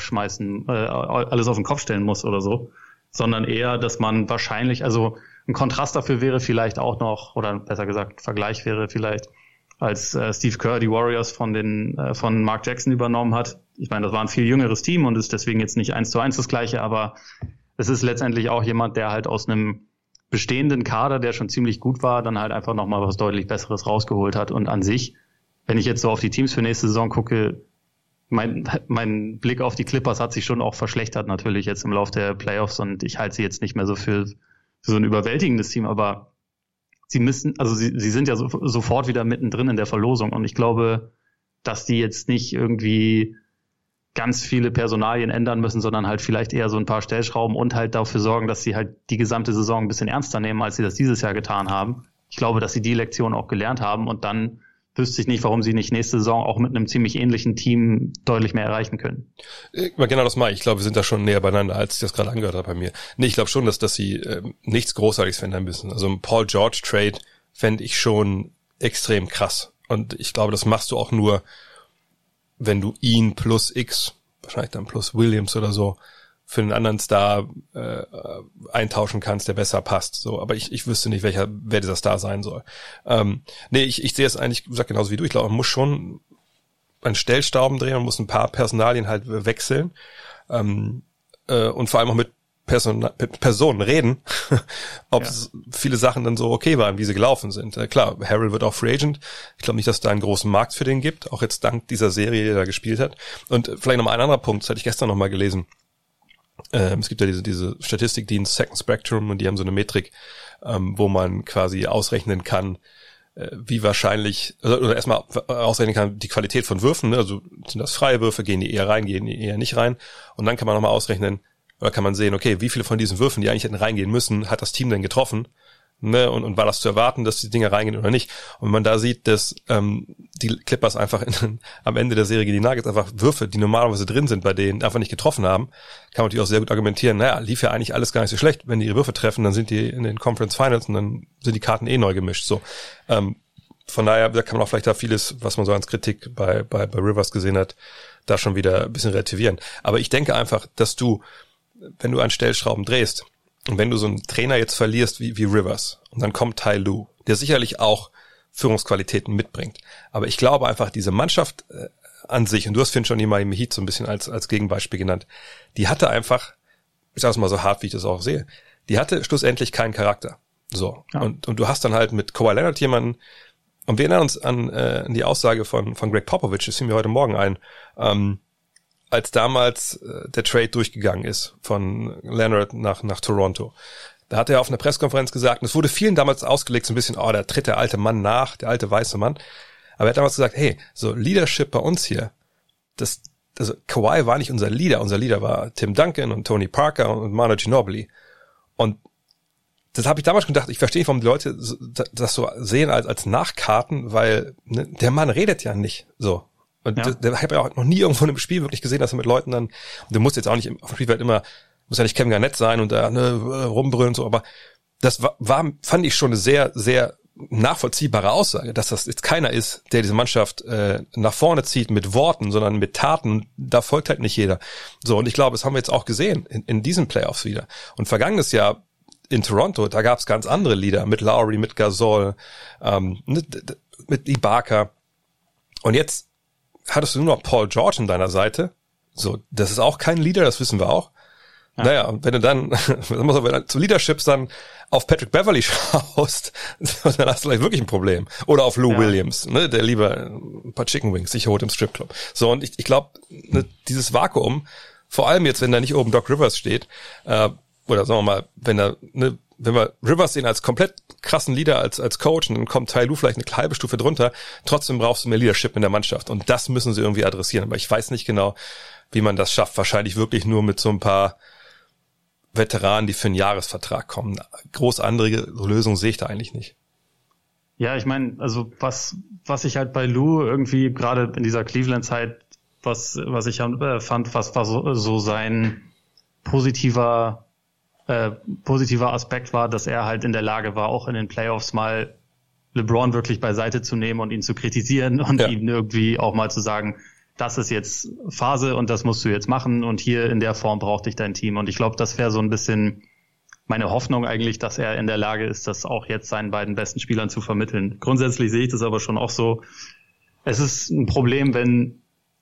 stellen muss oder so, sondern eher, dass man wahrscheinlich, also ein Kontrast dafür wäre vielleicht auch noch, oder besser gesagt, ein Vergleich wäre vielleicht, als Steve Kerr die Warriors von Mark Jackson übernommen hat. Ich meine, das war ein viel jüngeres Team und ist deswegen jetzt nicht 1:1 das Gleiche, aber es ist letztendlich auch jemand, der halt aus einem bestehenden Kader, der schon ziemlich gut war, dann halt einfach nochmal was deutlich Besseres rausgeholt hat. Und an sich, wenn ich jetzt so auf die Teams für nächste Saison gucke, mein Blick auf die Clippers hat sich schon auch verschlechtert natürlich jetzt im Lauf der Playoffs und ich halte sie jetzt nicht mehr so für so ein überwältigendes Team, aber sie sind ja sofort wieder mittendrin in der Verlosung und ich glaube, dass die jetzt nicht irgendwie ganz viele Personalien ändern müssen, sondern halt vielleicht eher so ein paar Stellschrauben und halt dafür sorgen, dass sie halt die gesamte Saison ein bisschen ernster nehmen, als sie das dieses Jahr getan haben. Ich glaube, dass sie die Lektion auch gelernt haben und dann wüsste ich nicht, warum sie nicht nächste Saison auch mit einem ziemlich ähnlichen Team deutlich mehr erreichen können. Genau das meine ich. Ich glaube, wir sind da schon näher beieinander, als ich das gerade angehört habe bei mir. Nee, ich glaube schon, dass sie nichts Großartiges verändern müssen. Also ein Paul George Trade fände ich schon extrem krass. Und ich glaube, das machst du auch nur, wenn du ihn plus X, wahrscheinlich dann plus Williams oder so, für einen anderen Star eintauschen kannst, der besser passt. So, aber ich wüsste nicht, wer dieser Star sein soll. Ich sehe es eigentlich, gesagt, genauso wie du. Ich glaube, man muss schon einen Stellschrauben drehen, man muss ein paar Personalien halt wechseln und vor allem auch mit Personen reden, ob viele Sachen dann so okay waren, wie sie gelaufen sind. Klar, Harrell wird auch Free Agent. Ich glaube nicht, dass da einen großen Markt für den gibt, auch jetzt dank dieser Serie, die er da gespielt hat. Und vielleicht nochmal ein anderer Punkt, das hatte ich gestern nochmal gelesen. Es gibt ja diese Statistikdienst Second Spectrum und die haben so eine Metrik, wo man quasi ausrechnen kann, wie wahrscheinlich, oder erstmal ausrechnen kann, die Qualität von Würfen, ne? Also sind das freie Würfe, gehen die eher rein, gehen die eher nicht rein. Und dann kann man nochmal ausrechnen, oder kann man sehen, okay, wie viele von diesen Würfen, die eigentlich hätten reingehen müssen, hat das Team denn getroffen? Ne? Und war das zu erwarten, dass die Dinger reingehen oder nicht? Und wenn man da sieht, dass die Clippers einfach am Ende der Serie gegen die Nuggets einfach Würfe, die normalerweise drin sind, bei denen einfach nicht getroffen haben, kann man natürlich auch sehr gut argumentieren, lief ja eigentlich alles gar nicht so schlecht. Wenn die ihre Würfe treffen, dann sind die in den Conference Finals und dann sind die Karten neu gemischt. So, von daher, da kann man auch vielleicht da vieles, was man so als Kritik bei Rivers gesehen hat, da schon wieder ein bisschen relativieren. Aber ich denke einfach, dass du, wenn du an Stellschrauben drehst und wenn du so einen Trainer jetzt verlierst wie Rivers und dann kommt Ty Lue, der sicherlich auch Führungsqualitäten mitbringt. Aber ich glaube einfach, diese Mannschaft an sich, und du hast vorhin schon die Miami Heat so ein bisschen als Gegenbeispiel genannt, die hatte einfach, ich sag's mal so hart, wie ich das auch sehe, die hatte schlussendlich keinen Charakter. So. Ja. Und du hast dann halt mit Kawhi Leonard jemanden, und wir erinnern uns an die Aussage von Greg Popovich, das fiel mir heute Morgen ein, als damals der Trade durchgegangen ist von Leonard nach Toronto. Da hat er auf einer Pressekonferenz gesagt, und es wurde vielen damals ausgelegt, so ein bisschen, da tritt der alte Mann nach, der alte weiße Mann. Aber er hat damals gesagt, hey, so Leadership bei uns hier, also Kawhi war nicht unser Leader war Tim Duncan und Tony Parker und Manu Ginobili. Und das habe ich damals schon gedacht, ich verstehe nicht, warum die Leute das so sehen als Nachkarten, weil der Mann redet ja nicht so. Und der hat ja auch noch nie irgendwo in einem Spiel wirklich gesehen, dass er mit Leuten dann, und du musst jetzt auch nicht auf dem Spielfeld immer, muss ja nicht Kevin Garnett sein und da rumbrüllen und so, aber das fand ich schon eine sehr, sehr nachvollziehbare Aussage, dass das jetzt keiner ist, der diese Mannschaft nach vorne zieht mit Worten, sondern mit Taten. Da folgt halt nicht jeder. So, und ich glaube, das haben wir jetzt auch gesehen in diesen Playoffs wieder. Und vergangenes Jahr in Toronto, da gab es ganz andere Leader, mit Lowry, mit Gasol, mit Ibaka. Und jetzt hattest du nur noch Paul George an deiner Seite. So, das ist auch kein Leader, das wissen wir auch. Ja. Naja, und wenn du dann, wenn du zu Leaderships dann auf Patrick Beverley schaust, dann hast du vielleicht wirklich ein Problem. Oder auf Lou Williams, ne, der lieber ein paar Chicken Wings sich holt im Stripclub. So, und ich glaube, dieses Vakuum, vor allem jetzt, wenn da nicht oben Doc Rivers steht, oder sagen wir mal, wenn wir Rivers sehen als komplett krassen Leader, als Coach, und dann kommt Ty Lue vielleicht eine halbe Stufe drunter, trotzdem brauchst du mehr Leadership in der Mannschaft. Und das müssen sie irgendwie adressieren. Aber ich weiß nicht genau, wie man das schafft. Wahrscheinlich wirklich nur mit so ein paar Veteranen, die für einen Jahresvertrag kommen. Groß andere Lösungen sehe ich da eigentlich nicht. Ja, ich meine, also was ich halt bei Lue irgendwie gerade in dieser Cleveland-Zeit, was ich fand, was war so sein positiver Aspekt war, dass er halt in der Lage war, auch in den Playoffs mal LeBron wirklich beiseite zu nehmen und ihn zu kritisieren und ihm irgendwie auch mal zu sagen, das ist jetzt Phase und das musst du jetzt machen und hier in der Form braucht dich dein Team. Und ich glaube, das wäre so ein bisschen meine Hoffnung eigentlich, dass er in der Lage ist, das auch jetzt seinen beiden besten Spielern zu vermitteln. Grundsätzlich sehe ich das aber schon auch so. Es ist ein Problem, wenn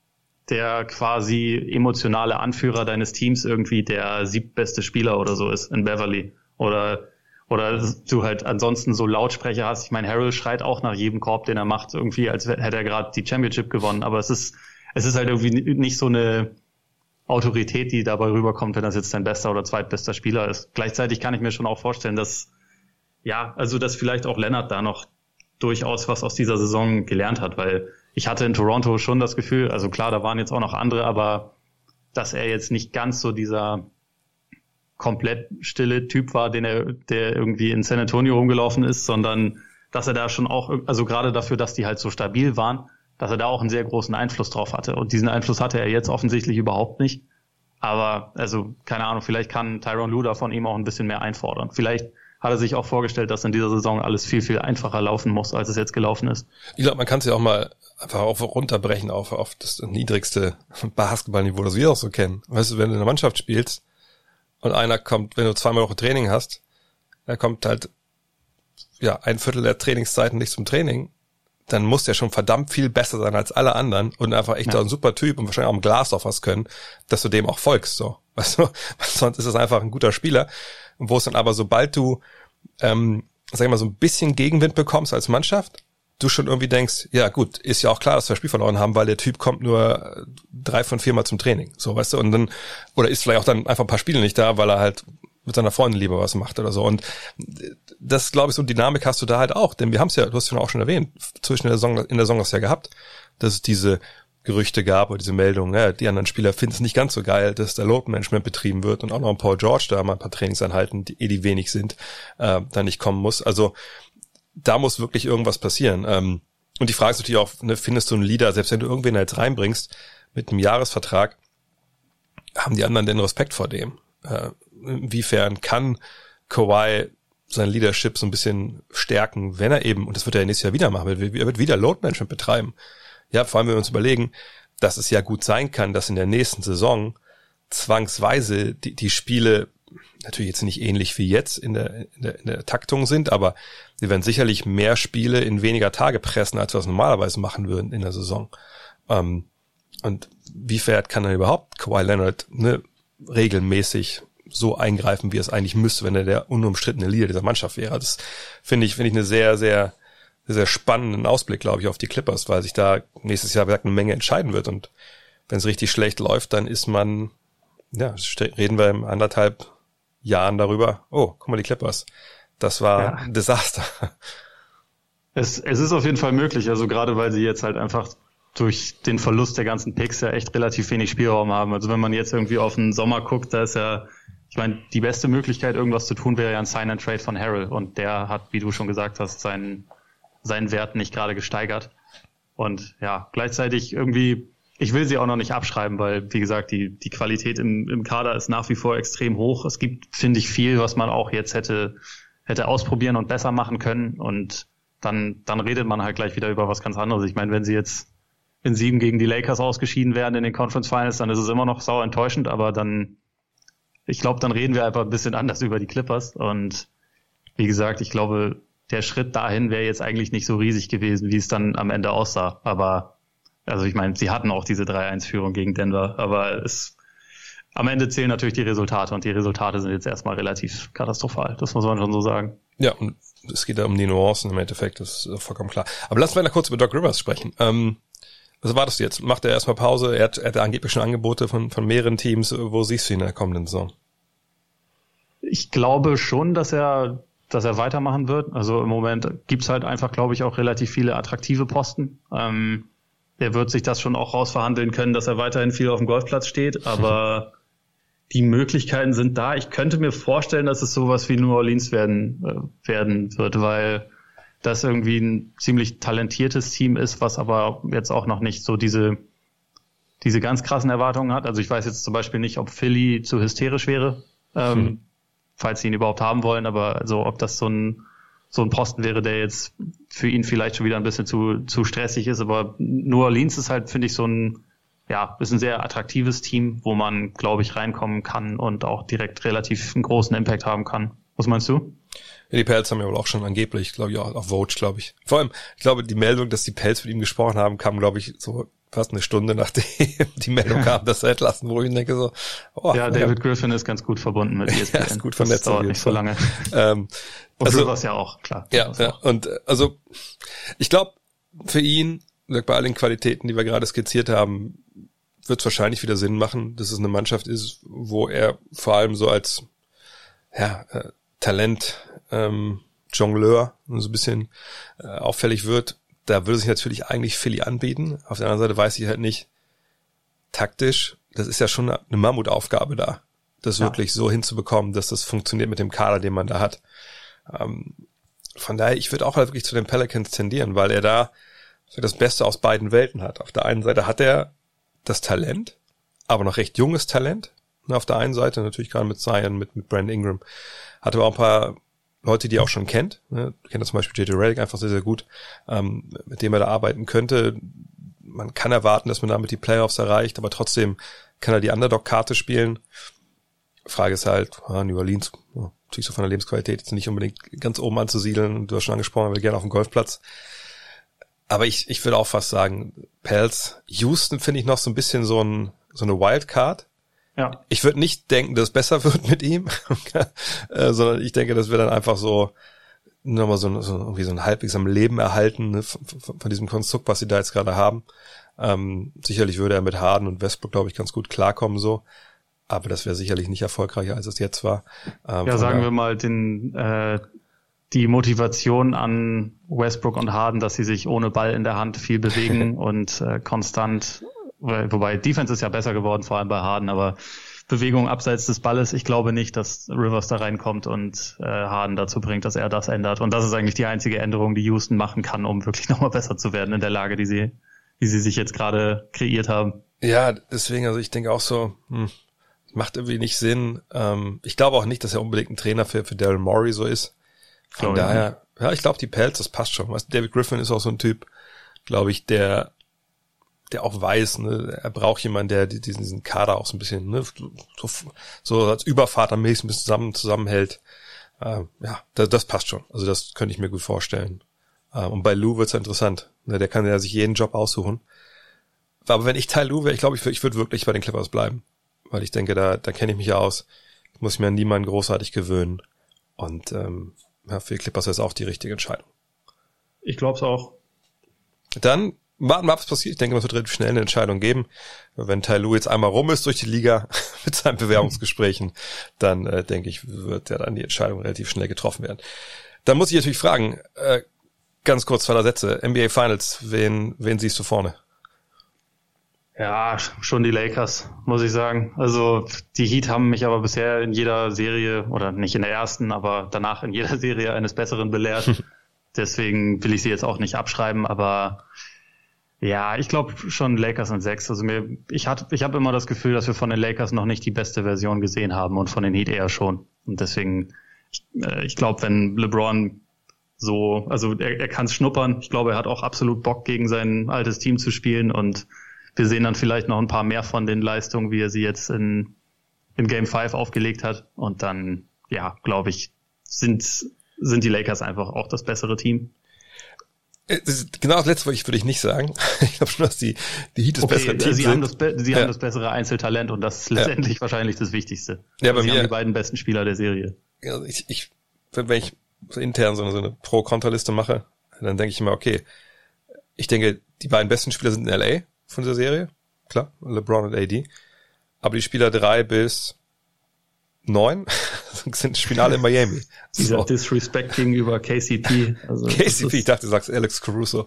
der quasi emotionale Anführer deines Teams irgendwie der siebtbeste Spieler oder so ist in Beverly. Oder du halt ansonsten so Lautsprecher hast. Ich meine, Harrell schreit auch nach jedem Korb, den er macht, irgendwie, als hätte er gerade die Championship gewonnen. Aber es ist halt irgendwie nicht so eine Autorität, die dabei rüberkommt, wenn das jetzt dein bester oder zweitbester Spieler ist. Gleichzeitig kann ich mir schon auch vorstellen, dass vielleicht auch Leonard da noch durchaus was aus dieser Saison gelernt hat, weil ich hatte in Toronto schon das Gefühl, also klar, da waren jetzt auch noch andere, aber dass er jetzt nicht ganz so dieser komplett stille Typ war, der irgendwie in San Antonio rumgelaufen ist, sondern dass er da schon auch, also gerade dafür, dass die halt so stabil waren, dass er da auch einen sehr großen Einfluss drauf hatte. Und diesen Einfluss hatte er jetzt offensichtlich überhaupt nicht. Aber, also, keine Ahnung, vielleicht kann Tyronn Lue da von ihm auch ein bisschen mehr einfordern. Vielleicht hat er sich auch vorgestellt, dass in dieser Saison alles viel, viel einfacher laufen muss, als es jetzt gelaufen ist. Ich glaube, man kann es ja auch mal einfach runterbrechen auf das niedrigste Basketballniveau, das wir auch so kennen. Weißt du, wenn du in einer Mannschaft spielst und einer kommt, wenn du 2-mal Woche Training hast, er kommt halt, ein Viertel der Trainingszeiten nicht zum Training, dann muss der schon verdammt viel besser sein als alle anderen und einfach echt ein super Typ und wahrscheinlich auch im Glas auf was können, dass du dem auch folgst, so. Weißt du, sonst ist es einfach ein guter Spieler. Und wo es dann aber, sobald du, so ein bisschen Gegenwind bekommst als Mannschaft, du schon irgendwie denkst, ja gut, ist ja auch klar, dass wir das Spiel verloren haben, weil der Typ kommt nur 3 von 4 Mal zum Training, so, weißt du, und dann, oder ist vielleicht auch dann einfach ein paar Spiele nicht da, weil er halt mit seiner Freundin lieber was macht oder so. Und das, glaube ich, so eine Dynamik hast du da halt auch. Denn wir haben es ja, du hast es ja auch schon erwähnt, in der Saison das ja gehabt, dass es diese Gerüchte gab oder diese Meldungen, die anderen Spieler finden es nicht ganz so geil, dass da Load Management betrieben wird und auch noch ein Paul George da mal ein paar Trainingseinheiten, die wenig sind, da nicht kommen muss. Also da muss wirklich irgendwas passieren. Und die Frage ist natürlich auch, findest du einen Leader, selbst wenn du irgendwen da jetzt reinbringst mit einem Jahresvertrag, haben die anderen denn Respekt vor dem? Inwiefern kann Kawhi sein Leadership so ein bisschen stärken, wenn er eben, und das wird er ja nächstes Jahr wieder machen, er wird wieder Load Management betreiben. Ja, vor allem, wenn wir uns überlegen, dass es ja gut sein kann, dass in der nächsten Saison zwangsweise die Spiele natürlich jetzt nicht ähnlich wie jetzt in der Taktung sind, aber wir werden sicherlich mehr Spiele in weniger Tage pressen, als wir es normalerweise machen würden in der Saison. Und wie fährt kann dann überhaupt Kawhi Leonard regelmäßig so eingreifen, wie es eigentlich müsste, wenn er der unumstrittene Leader dieser Mannschaft wäre? Das finde ich eine sehr, sehr, sehr spannenden Ausblick, glaube ich, auf die Clippers, weil sich da nächstes Jahr eine Menge entscheiden wird. Und wenn es richtig schlecht läuft, dann ist man, reden wir in 1,5 Jahren darüber, oh, guck mal, die Clippers, das war ein Desaster. Es ist auf jeden Fall möglich, also gerade weil sie jetzt halt einfach durch den Verlust der ganzen Picks ja echt relativ wenig Spielraum haben. Also wenn man jetzt irgendwie auf den Sommer guckt, da ist ja, ich meine, die beste Möglichkeit, irgendwas zu tun, wäre ja ein Sign-and-Trade von Harrell. Und der hat, wie du schon gesagt hast, seinen Wert nicht gerade gesteigert. Und ja, gleichzeitig irgendwie, ich will sie auch noch nicht abschreiben, weil, wie gesagt, die Qualität im Kader ist nach wie vor extrem hoch. Es gibt, finde ich, viel, was man auch jetzt hätte ausprobieren und besser machen können. Und dann redet man halt gleich wieder über was ganz anderes. Ich meine, wenn sie jetzt in 7 gegen die Lakers ausgeschieden werden in den Conference Finals, dann ist es immer noch sauer enttäuschend, aber ich glaube, dann reden wir einfach ein bisschen anders über die Clippers. Und wie gesagt, ich glaube, der Schritt dahin wäre jetzt eigentlich nicht so riesig gewesen, wie es dann am Ende aussah. Aber, also ich meine, sie hatten auch diese 3-1-Führung gegen Denver, aber am Ende zählen natürlich die Resultate und die Resultate sind jetzt erstmal relativ katastrophal. Das muss man schon so sagen. Ja, und es geht ja um die Nuancen im Endeffekt, das ist vollkommen klar. Aber lass mal kurz über Doc Rivers sprechen. Was erwartest du jetzt? Macht er erstmal Pause? Er hat angeblich schon Angebote von mehreren Teams. Wo siehst du ihn in der kommenden Saison? Ich glaube schon, dass er weitermachen wird. Also im Moment gibt's halt einfach, glaube ich, auch relativ viele attraktive Posten. Er wird sich das schon auch rausverhandeln können, dass er weiterhin viel auf dem Golfplatz steht, aber die Möglichkeiten sind da. Ich könnte mir vorstellen, dass es sowas wie New Orleans werden wird, weil das irgendwie ein ziemlich talentiertes Team ist, was aber jetzt auch noch nicht so diese ganz krassen Erwartungen hat. Also ich weiß jetzt zum Beispiel nicht, ob Philly zu hysterisch wäre, falls sie ihn überhaupt haben wollen, aber also ob das so ein Posten wäre, der jetzt für ihn vielleicht schon wieder ein bisschen zu stressig ist. Aber New Orleans ist halt, finde ich, ist ein sehr attraktives Team, wo man, glaube ich, reinkommen kann und auch direkt relativ einen großen Impact haben kann. Was meinst du? Ja, die Pelz haben ja wohl auch schon angeblich, glaube ich, auch auf Vogue, glaube ich. Vor allem, ich glaube, die Meldung, dass die Pelz mit ihm gesprochen haben, kam, glaube ich, so fast eine Stunde, nachdem die Meldung kam, dass er entlassen, wo ich denke so, David Griffin ist ganz gut verbunden mit ESPN. Ja, ist gut vernetzt. Das dauert nicht so lange. Und Rivers ja auch, klar. Ja. Und also ich glaube, für ihn, bei all den Qualitäten, die wir gerade skizziert haben, wird es wahrscheinlich wieder Sinn machen, dass es eine Mannschaft ist, wo er vor allem so als Talent, Jongleur so ein bisschen auffällig wird. Da würde sich natürlich eigentlich Philly anbieten. Auf der anderen Seite weiß ich halt nicht, taktisch, das ist ja schon eine Mammutaufgabe da, das wirklich so hinzubekommen, dass das funktioniert mit dem Kader, den man da hat. Von daher, ich würde auch halt wirklich zu den Pelicans tendieren, weil er da das Beste aus beiden Welten hat. Auf der einen Seite hat er das Talent, aber noch recht junges Talent. Und auf der einen Seite natürlich gerade mit Zion, mit Brandon Ingram. Hat aber auch ein paar Leute, die er auch schon kennt. Kennt zum Beispiel J.J. Redick einfach sehr, sehr gut, mit dem er da arbeiten könnte. Man kann erwarten, dass man damit die Playoffs erreicht, aber trotzdem kann er die Underdog-Karte spielen. Frage ist halt, New Orleans, natürlich so von der Lebensqualität jetzt nicht unbedingt ganz oben anzusiedeln. Du hast schon angesprochen, er will gerne auf dem Golfplatz. Aber ich würde auch fast sagen, Pelz, Houston finde ich noch so ein bisschen so eine Wildcard. Ja. Ich würde nicht denken, dass es besser wird mit ihm, sondern ich denke, dass wir dann einfach so nochmal so irgendwie so ein halbwegs am Leben erhalten, ne, von diesem Konstrukt, was sie da jetzt gerade haben. Sicherlich würde er mit Harden und Westbrook, glaube ich, ganz gut klarkommen so, aber das wäre sicherlich nicht erfolgreicher, als es jetzt war. Sagen wir mal die Motivation an Westbrook und Harden, dass sie sich ohne Ball in der Hand viel bewegen und konstant. Wobei Defense ist ja besser geworden, vor allem bei Harden, aber Bewegung abseits des Balles, ich glaube nicht, dass Rivers da reinkommt und Harden dazu bringt, dass er das ändert. Und das ist eigentlich die einzige Änderung, die Houston machen kann, um wirklich nochmal besser zu werden in der Lage, die sie sich jetzt gerade kreiert haben. Ja, deswegen, also ich denke auch so, macht irgendwie nicht Sinn. Ich glaube auch nicht, dass er unbedingt ein Trainer für Daryl Morey so ist. Von daher, ja, ich glaube, die Pelz, das passt schon. David Griffin ist auch so ein Typ, glaube ich, der auch weiß, ne, er braucht jemanden, der diesen Kader auch so ein bisschen, ne, so als Übervatermäßig ein bisschen zusammenhält. Ja, das passt schon. Also das könnte ich mir gut vorstellen. Und bei Lou wird's ja interessant. Ne, der kann ja sich jeden Job aussuchen. Aber wenn ich Ty Lue wäre, ich glaube, ich würde wirklich bei den Clippers bleiben. Weil ich denke, da kenne ich mich ja aus. Ich muss mir an niemanden großartig gewöhnen. Und ja, für die Clippers ist auch die richtige Entscheidung. Ich glaube es auch. Dann warten wir ab, was passiert. Ich denke, es wird relativ schnell eine Entscheidung geben. Wenn Ty Lue jetzt einmal rum ist durch die Liga mit seinen Bewerbungsgesprächen, dann denke ich, wird ja dann die Entscheidung relativ schnell getroffen werden. Dann muss ich natürlich fragen, ganz kurz 2 Sätze, NBA Finals, wen siehst du vorne? Ja, schon die Lakers, muss ich sagen. Also die Heat haben mich aber bisher in jeder Serie, oder nicht in der ersten, aber danach in jeder Serie eines Besseren belehrt. Deswegen will ich sie jetzt auch nicht abschreiben, aber ja, ich glaube schon Lakers in 6. Also ich habe immer das Gefühl, dass wir von den Lakers noch nicht die beste Version gesehen haben und von den Heat eher schon. Und deswegen, ich glaube, wenn LeBron so, also er kann es schnuppern. Ich glaube, er hat auch absolut Bock, gegen sein altes Team zu spielen, und wir sehen dann vielleicht noch ein paar mehr von den Leistungen, wie er sie jetzt in Game 5 aufgelegt hat. Und dann, ja, glaube ich, sind die Lakers einfach auch das bessere Team. Genau das Letzte würde ich nicht sagen. Ich glaube schon, dass die Heat das bessere Team sind. Sie haben das bessere Einzeltalent, und das ist letztendlich wahrscheinlich das Wichtigste. Ja, sie haben die beiden besten Spieler der Serie. Ja, wenn ich so intern so eine Pro-Kontra-Liste mache, dann denke ich immer, okay, ich denke, die beiden besten Spieler sind in LA von dieser Serie. Klar, LeBron und AD. Aber die Spieler 3 bis 9 spielen alle in Miami. Dieser Disrespect gegenüber KCP. Also KCP, ich dachte, du sagst Alex Caruso.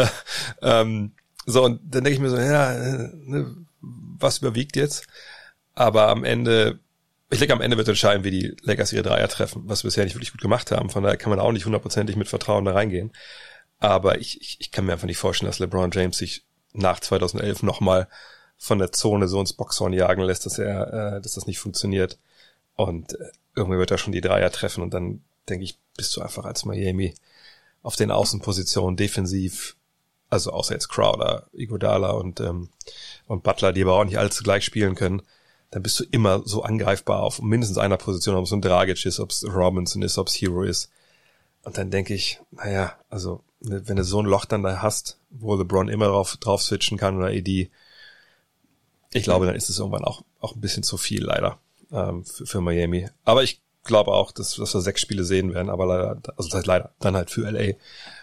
So, und dann denke ich mir so, ja, was überwiegt jetzt? Aber am Ende wird entscheiden, wie die Lakers ihre Dreier treffen, was sie bisher nicht wirklich gut gemacht haben. Von daher kann man auch nicht 100% mit Vertrauen da reingehen. Aber ich kann mir einfach nicht vorstellen, dass LeBron James sich nach 2011 nochmal von der Zone so ins Boxhorn jagen lässt, dass das nicht funktioniert. Und irgendwie wird er schon die Dreier treffen, und dann denke ich, bist du einfach als Miami auf den Außenpositionen defensiv, also außer jetzt Crowder, Iguodala und Butler, die aber auch nicht allzu gleich spielen können, dann bist du immer so angreifbar auf mindestens einer Position, ob es ein Dragic ist, ob es Robinson ist, ob es Hero ist. Und dann denke ich, naja, also wenn du so ein Loch dann da hast, wo LeBron immer drauf switchen kann oder AD, ich glaube, dann ist es irgendwann auch ein bisschen zu viel, leider, für Miami. Aber ich glaube auch, dass wir 6 Spiele sehen werden, aber leider, also das heißt leider, dann halt für LA.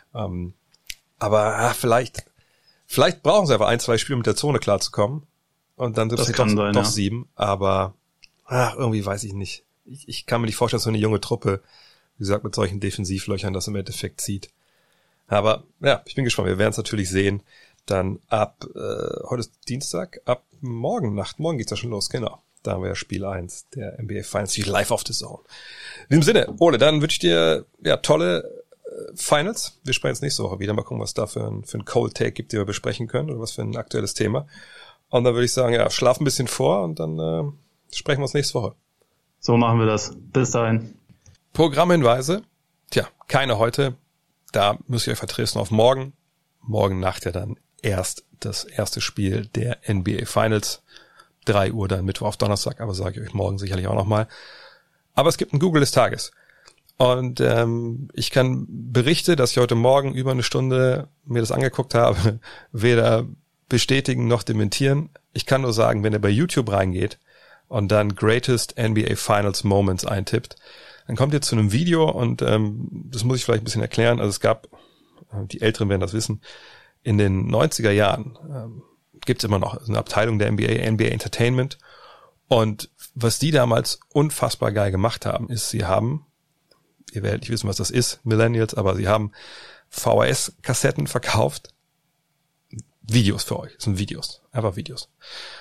Aber vielleicht brauchen sie einfach 1-2 Spiele mit der Zone klarzukommen, und dann sind es doch 7, aber irgendwie weiß ich nicht. Ich kann mir nicht vorstellen, dass so eine junge Truppe, wie gesagt, mit solchen Defensivlöchern das im Endeffekt zieht. Aber ja, ich bin gespannt. Wir werden es natürlich sehen. Dann heute ist Dienstag, ab morgen geht's ja schon los, genau. Da haben wir ja Spiel 1 der NBA Finals, live auf The Zone. In diesem Sinne, Ole, dann wünsche ich dir tolle Finals. Wir sprechen jetzt nächste Woche wieder. Mal gucken, was da für ein Cold Take gibt, den wir besprechen können, oder was für ein aktuelles Thema. Und dann würde ich sagen, schlaf ein bisschen vor, und dann sprechen wir uns nächste Woche. So machen wir das. Bis dahin. Programmhinweise. Keine heute. Da müsst ihr euch vertrösten auf morgen. Morgen Nacht ja dann erst das erste Spiel der NBA Finals. 3 Uhr dann Mittwoch auf Donnerstag, aber sage ich euch morgen sicherlich auch nochmal. Aber es gibt ein Google des Tages. Und ich kann berichten, dass ich heute Morgen über eine Stunde mir das angeguckt habe, weder bestätigen noch dementieren. Ich kann nur sagen, wenn ihr bei YouTube reingeht und dann Greatest NBA Finals Moments eintippt, dann kommt ihr zu einem Video, und das muss ich vielleicht ein bisschen erklären. Also es gab, die Älteren werden das wissen, in den 90er Jahren gibt's immer noch eine Abteilung der NBA Entertainment. Und was die damals unfassbar geil gemacht haben, ist, sie haben, ihr werdet nicht wissen, was das ist, Millennials, aber sie haben VHS-Kassetten verkauft. Videos für euch. Das sind Videos. Einfach Videos.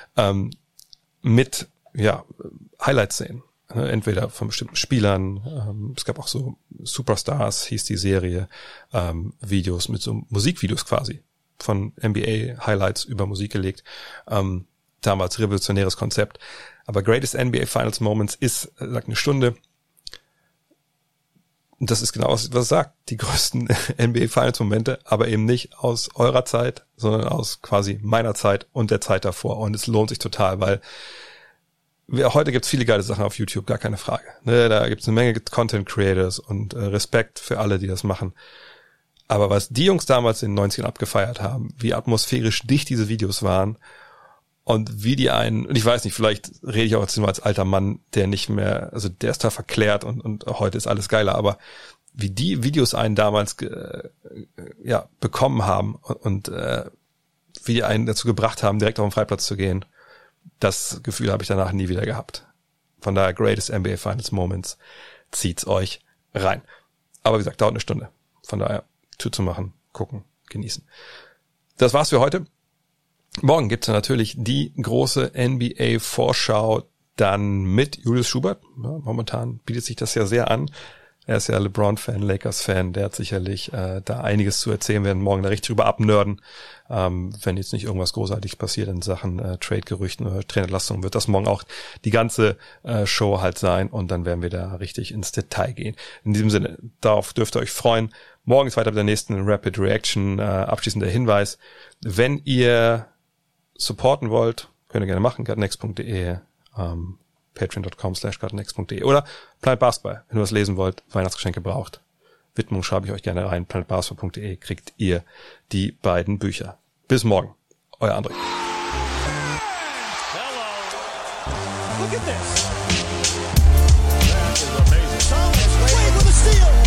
Mit, Highlight-Szenen. Entweder von bestimmten Spielern, es gab auch so Superstars, hieß die Serie, Videos mit so Musikvideos quasi, von NBA-Highlights über Musik gelegt, damals revolutionäres Konzept. Aber Greatest NBA Finals Moments ist, sagt eine Stunde, das ist genau, was es sagt. Die größten NBA-Finals-Momente, aber eben nicht aus eurer Zeit, sondern aus quasi meiner Zeit und der Zeit davor. Und es lohnt sich total, weil heute gibt's viele geile Sachen auf YouTube, gar keine Frage. Ne, da gibt's eine Menge Content-Creators und Respekt für alle, die das machen. Aber was die Jungs damals in den 90ern abgefeiert haben, wie atmosphärisch dicht diese Videos waren und wie die einen, und ich weiß nicht, vielleicht rede ich auch jetzt nur als alter Mann, der nicht mehr, also der ist da verklärt und heute ist alles geiler, aber wie die Videos einen damals bekommen haben und wie die einen dazu gebracht haben, direkt auf den Freiplatz zu gehen, das Gefühl habe ich danach nie wieder gehabt. Von daher, Greatest NBA Finals Moments, zieht's euch rein. Aber wie gesagt, dauert eine Stunde. Von daher, Tür zu machen, gucken, genießen. Das war's für heute. Morgen gibt's natürlich die große NBA-Vorschau dann mit Julius Schubert. Ja, momentan bietet sich das ja sehr an. Er ist ja LeBron-Fan, Lakers-Fan. Der hat sicherlich da einiges zu erzählen. Wir werden morgen da richtig drüber abnörden. Wenn jetzt nicht irgendwas Großartiges passiert in Sachen Trade-Gerüchten oder Trainerentlassungen, wird das morgen auch die ganze Show halt sein. Und dann werden wir da richtig ins Detail gehen. In diesem Sinne, darauf dürft ihr euch freuen. Morgen ist weiter mit der nächsten Rapid Reaction. Abschließender Hinweis. Wenn ihr supporten wollt, könnt ihr gerne machen, gutnext.de, patreon.com/gutnext.de oder Planet Basketball, wenn ihr was lesen wollt, Weihnachtsgeschenke braucht. Widmung schreibe ich euch gerne rein, planetbasketball.de kriegt ihr die beiden Bücher. Bis morgen, euer André. Hello. Look at this. That is amazing. Thomas, Wade with a steal.